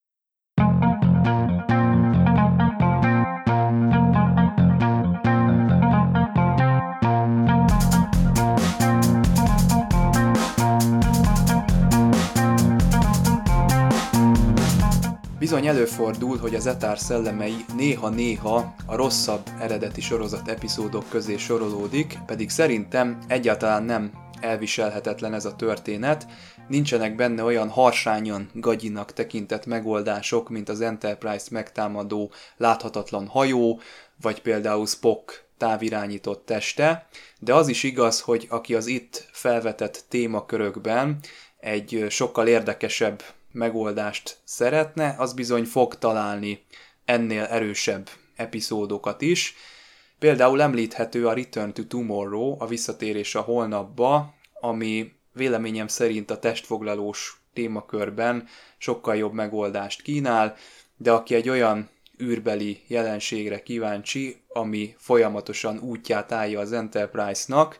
Bizony előfordul, hogy az Etár szellemei néha-néha a rosszabb eredeti sorozat epizódok közé sorolódik, pedig szerintem egyáltalán nem elviselhetetlen ez a történet. Nincsenek benne olyan harsányan gagyinak tekintett megoldások, mint az Enterprise-t megtámadó láthatatlan hajó, vagy például Spock távirányított teste, de az is igaz, hogy aki az itt felvetett témakörökben egy sokkal érdekesebb megoldást szeretne, az bizony fog találni ennél erősebb epizódokat is. Például említhető a Return to Tomorrow, a visszatérés a holnapba, ami véleményem szerint a testfoglalós témakörben sokkal jobb megoldást kínál, de aki egy olyan űrbeli jelenségre kíváncsi, ami folyamatosan útját állja az Enterprise-nak,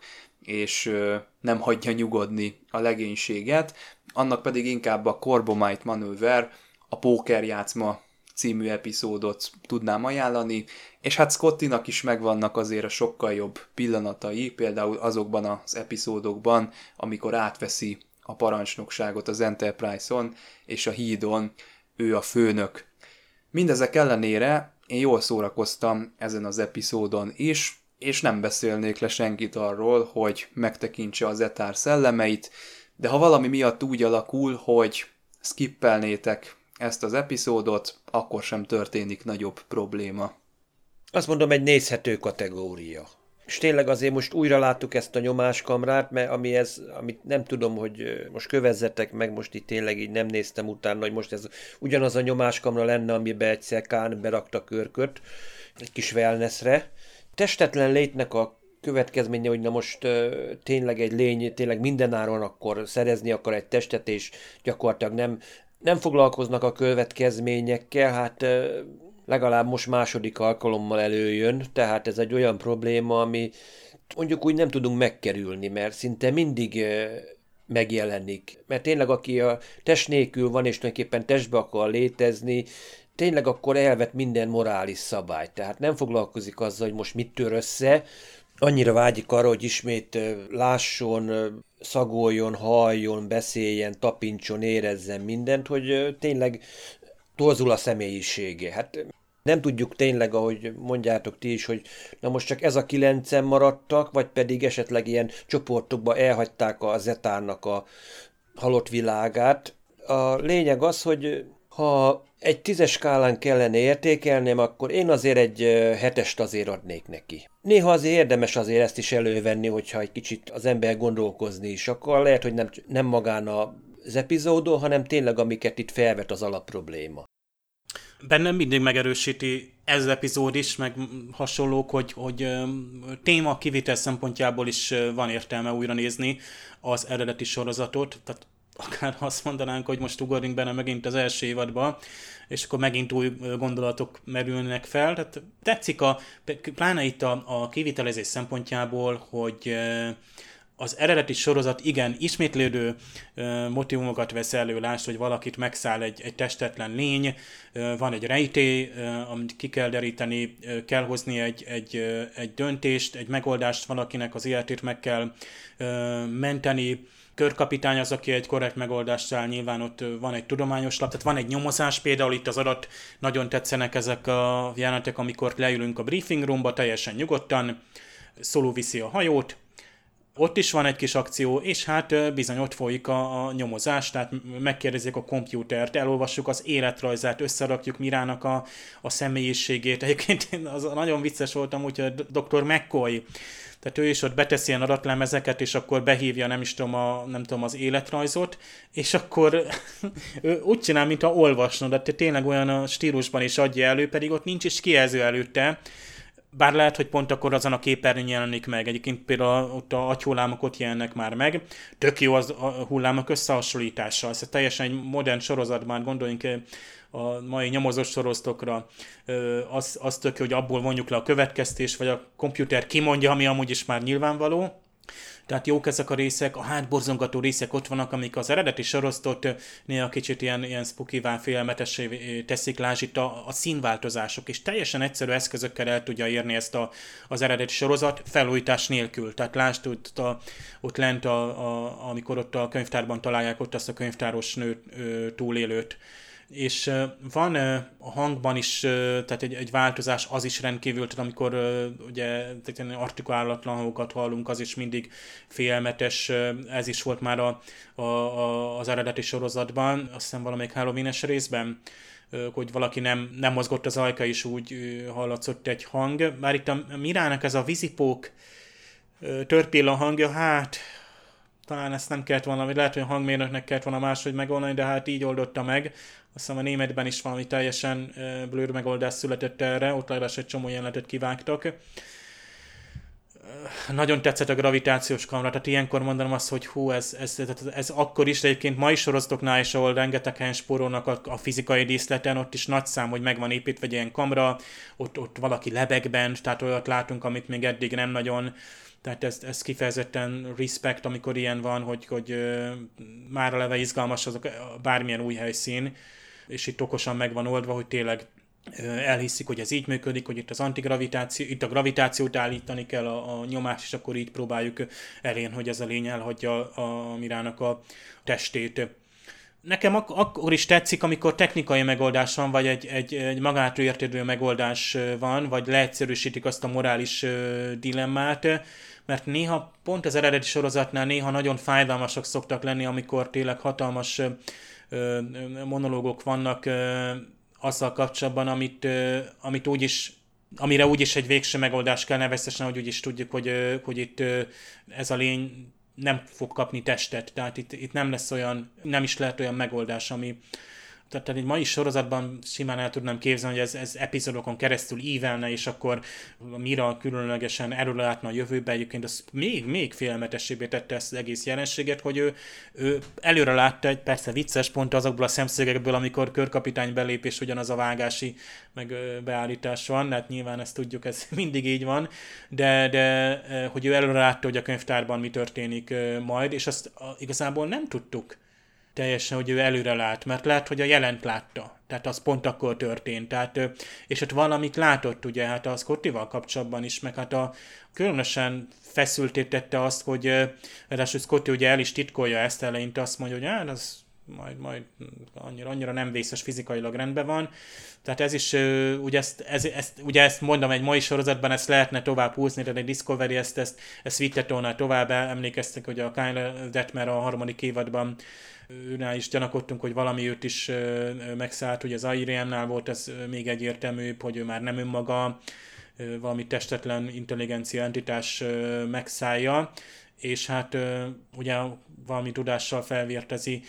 és nem hagyja nyugodni a legénységet, annak pedig inkább a Corbomite manőver, a pókerjátszma című epizódot tudnám ajánlani, és hát Scottynak is megvannak azért a sokkal jobb pillanatai, például azokban az epizódokban, amikor átveszi a parancsnokságot az Enterprise-on, és a hídon ő a főnök. Mindezek ellenére én jól szórakoztam ezen az epizódon is, és nem beszélnék le senkit arról, hogy megtekintse az Etár szellemeit, de ha valami miatt úgy alakul, hogy skippelnétek ezt az epizódot, akkor sem történik nagyobb probléma. Azt mondom, egy nézhető kategória. És tényleg azért most újra láttuk ezt a nyomáskamrát, mert amit nem tudom, hogy most kövezzetek meg, most itt tényleg így nem néztem utána, hogy most ez ugyanaz a nyomáskamra lenne, amiben egyszer Kán berakta Körköt egy kis wellnessre. Testetlen létnek a következménye, hogy na most tényleg egy lény, tényleg mindenáron akkor szerezni akar egy testet, és gyakorlatilag nem foglalkoznak a következményekkel, hát legalább most második alkalommal előjön, tehát ez egy olyan probléma, ami mondjuk úgy nem tudunk megkerülni, mert szinte mindig megjelenik. Mert tényleg aki a test nélkül van, és tulajdonképpen testbe akar létezni, tényleg akkor elvet minden morális szabályt. Tehát nem foglalkozik azzal, hogy most mit tör össze, annyira vágyik arra, hogy ismét lásson, szagoljon, halljon, beszéljen, tapincson, érezzen mindent, hogy tényleg torzul a személyisége. Hát nem tudjuk tényleg, ahogy mondjátok ti is, hogy na most csak ez a 9-en maradtak, vagy pedig esetleg ilyen csoportokba elhagyták az Etárnak a halott világát. A lényeg az, hogy ha egy 10-es skálán kellene értékelnem, akkor én azért egy 7-est azért adnék neki. Néha azért érdemes azért ezt is elővenni, hogyha egy kicsit az ember gondolkozni is akar. Lehet, hogy nem magán az epizódon, hanem tényleg amiket itt felvet az alapprobléma. Bennem mindig megerősíti ez az epizód is, meg hasonlók, hogy téma kivitel szempontjából is van értelme újra nézni az eredeti sorozatot, tehát akár azt mondanánk, hogy most ugorjunk benne megint az első évadba, és akkor megint új gondolatok merülnek fel. Tehát tetszik pláne itt a kivitelezés szempontjából, hogy az eredeti sorozat igen ismétlődő motivumokat vesz elő, lásd, hogy valakit megszáll egy testetlen lény, van egy rejtély, amit ki kell deríteni, kell hozni egy döntést, egy megoldást, valakinek az életét meg kell menteni. Körkapitány az, aki egy korrekt megoldást száll, nyilván ott van egy tudományos lap, tehát van egy nyomozás, például itt az adat, nagyon tetszenek ezek a jelenetek, amikor leülünk a briefing roomba, teljesen nyugodtan, Sulu viszi a hajót, ott is van egy kis akció, és hát bizony ott folyik a nyomozás, tehát megkérdezik a kompjútert, elolvassuk az életrajzát, összerakjuk Mirának a személyiségét. Egyébként az nagyon vicces voltam, úgyhogy Dr. McCoy, tehát ő is ott beteszi ilyen adatlemezeket, és akkor behívja, nem tudom, az életrajzot, és akkor ő úgy csinál, mintha olvasna, de tényleg olyan a stílusban is adja elő, pedig ott nincs is kijelző előtte, bár lehet, hogy pont akkor azon a képernyőn jelenik meg. Egyébként például ott a agyhullámok ott jelennek már meg. Tök jó az a hullámok összehasonlítása. Ez teljesen egy modern sorozatban, gondoljunk a mai nyomozós sorozatokra, az tök jó, hogy abból vonjuk le a következtést, vagy a komputer kimondja, ami amúgy is már nyilvánvaló. Tehát jók ezek a részek, a hátborzongató részek ott vannak, amik az eredeti sorozatot néha kicsit ilyen spookivá, félelmetessé teszik, lásd itt a színváltozások, és teljesen egyszerű eszközökkel el tudja érni ezt az eredeti sorozat felújítás nélkül. Tehát lásd ott lent, amikor ott a könyvtárban találják ott azt a könyvtáros nő túlélőt, és van a hangban is, tehát egy változás, az is rendkívül, tehát amikor ugye artikulálatlan hangokat hallunk, az is mindig félelmetes, ez is volt már az eredeti sorozatban, azt hiszem valamelyik Halloween-es részben, hogy valaki nem mozgott az ajka, és úgy hallatszott egy hang. Bár itt a Mirának ez a vízipók törpilla hangja, hát talán ezt nem kellett volna, vagy lehet, hogy a hangmérnöknek kellett volna máshogy megoldani, de hát így oldotta meg. Azt hiszem a németben is valami teljesen blőr megoldás született erre, ott legalábbis egy csomó jelenetet kivágtak. Nagyon tetszett a gravitációs kamera, tehát ilyenkor mondanom azt, hogy hú, ez akkor is, de egyébként mai sorozatoknál is, ahol rengeteg helyen spórolnak a fizikai díszleten, ott is nagy szám, hogy meg van építve egy ilyen kamera, ott valaki lebeg bent, tehát olyat látunk, amit még eddig nem nagyon. Tehát ez kifejezetten respect, amikor ilyen van, hogy már eleve izgalmas azok bármilyen új helyszín, és itt okosan meg van oldva, hogy tényleg elhiszik, hogy ez így működik, hogy itt az antigravitáció, itt a gravitációt állítani kell, a nyomást, és akkor így próbáljuk elérni, hogy ez a lény elhagyja a Mirának a testét. Nekem akkor is tetszik, amikor technikai megoldás van, vagy egy magától értetődő megoldás van, vagy leegyszerűsítik azt a morális dilemmát, mert néha pont az eredeti sorozatnál néha nagyon fájdalmasak szoktak lenni, amikor tényleg hatalmas monológok vannak azzal kapcsolatban, amire úgyis egy végső megoldás kell, nevezetesen, hogy úgyis tudjuk, hogy itt ez a lény nem fog kapni testet, tehát itt nem lesz olyan, nem is lehet olyan megoldás, ami tehát egy mai sorozatban simán el tudnám képzelni, hogy ez epizódokon keresztül ívelne, és akkor Mira különlegesen előlátna a jövőbe, egyébként az még félelmetesebbé tette ezt az egész jelenséget, hogy ő előre látta, egy persze vicces pont azokból a szemszögekből, amikor körkapitány belép, és ugyanaz a vágási meg beállítás van, hát nyilván ezt tudjuk, ez mindig így van, de hogy ő előre látta, hogy a könyvtárban mi történik majd, és azt igazából nem tudtuk teljesen, hogy ő előre lát, mert lehet, hogy a jelent látta. Tehát az pont akkor történt. Tehát, és ott valamit látott, ugye, hát a Scottival kapcsolatban is, meg hát különösen feszülté tette azt, hogy ráadásul Scotty ugye el is titkolja ezt eleinte, azt mondja, hogy hát az majd annyira nem vészes, fizikailag rendben van. Tehát ez is, ugye ezt mondom, egy mai sorozatban ezt lehetne tovább húzni, de egy Discovery ezt vitte volna tovább, emlékeztek, hogy a Kyle Detmer a 3. évadban őnál is gyanakodtunk, hogy valami őt is megszállt, hogy az Airiamnál volt ez még egyértelműbb, hogy ő már nem önmaga, valami testetlen intelligencia entitás megszállja, és hát ugye valami tudással felvértezi.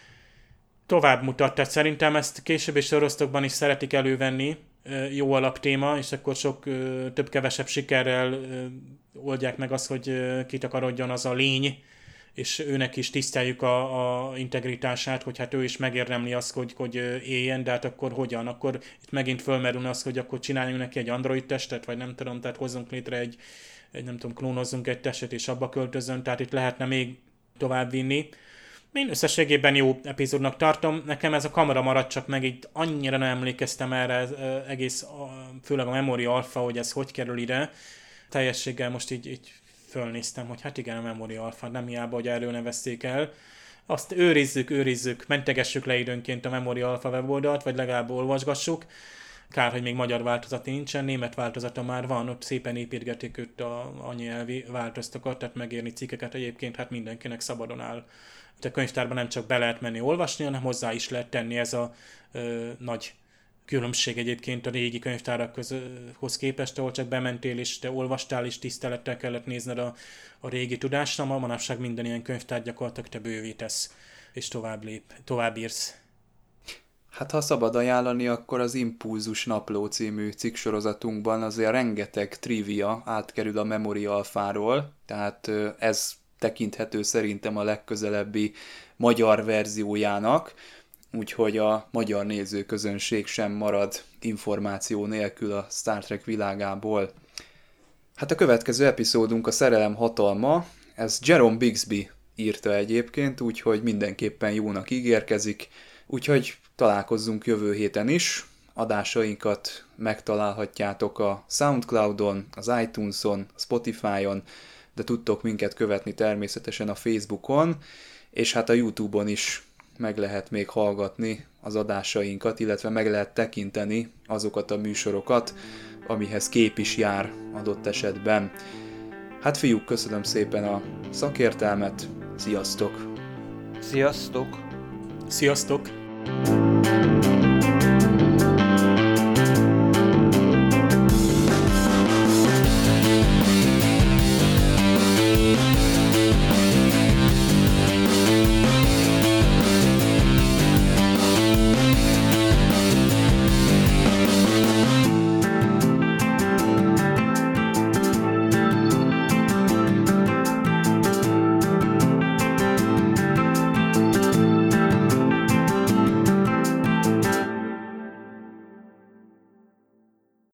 Tovább mutat, tehát szerintem ezt későbbi sorozatokban is szeretik elővenni, jó alaptéma, és akkor sok több-kevesebb sikerrel oldják meg azt, hogy kitakarodjon az a lény, és őnek is tiszteljük a integritását, hogy hát ő is megérdemli azt, hogy éljen, de hát akkor hogyan? Akkor itt megint fölmerül az, hogy akkor csináljunk neki egy android testet, vagy nem tudom, tehát hozzunk létre egy nem tudom, klónozzunk egy testet, és abba költözön, tehát itt lehetne még tovább vinni. Én összességében jó epizódnak tartom, nekem ez a kamera maradt csak meg, így annyira nem emlékeztem erre egész, főleg a Memory Alpha, hogy ez hogy kerül ide. Teljességgel most így fölnéztem, hogy hát igen, a Memory Alpha, nem hiába, hogy erről nevezték el. Azt őrizzük, mentegessük le időnként a Memory Alpha weboldalt, vagy legalább olvasgassuk. Kár, hogy még magyar változat nincsen, német változata már van, ott szépen építgetik őt anyanyelvi változatokat, tehát megírni cikkeket egyébként, hát mindenkinek szabadon áll. A könyvtárban nem csak be lehet menni olvasni, hanem hozzá is lehet tenni, ez a nagy különbség egyébként a régi könyvtárakhoz képest, ahol csak bementél és te olvastál, és tisztelettel kellett nézned a régi tudásra, ma manapság minden ilyen könyvtár gyakorlatilag te bővítesz, és tovább írsz. Hát ha szabad ajánlani, akkor az Impulzus Napló című cikksorozatunkban azért rengeteg trivia átkerül a Memory Alpháról, tehát ez tekinthető szerintem a legközelebbi magyar verziójának, úgyhogy a magyar nézőközönség sem marad információ nélkül a Star Trek világából. Hát a következő epizódunk a Szerelem hatalma, ez Jerome Bixby írta egyébként, úgyhogy mindenképpen jónak ígérkezik, úgyhogy találkozzunk jövő héten is. Adásainkat megtalálhatjátok a Soundcloudon, az iTunes-on, a Spotify-on, de tudtok minket követni természetesen a Facebookon, és hát a YouTube-on is meg lehet még hallgatni az adásainkat, illetve meg lehet tekinteni azokat a műsorokat, amihez kép is jár adott esetben. Hát fiúk, köszönöm szépen a szakértelmet, sziasztok! Sziasztok! Sziasztok!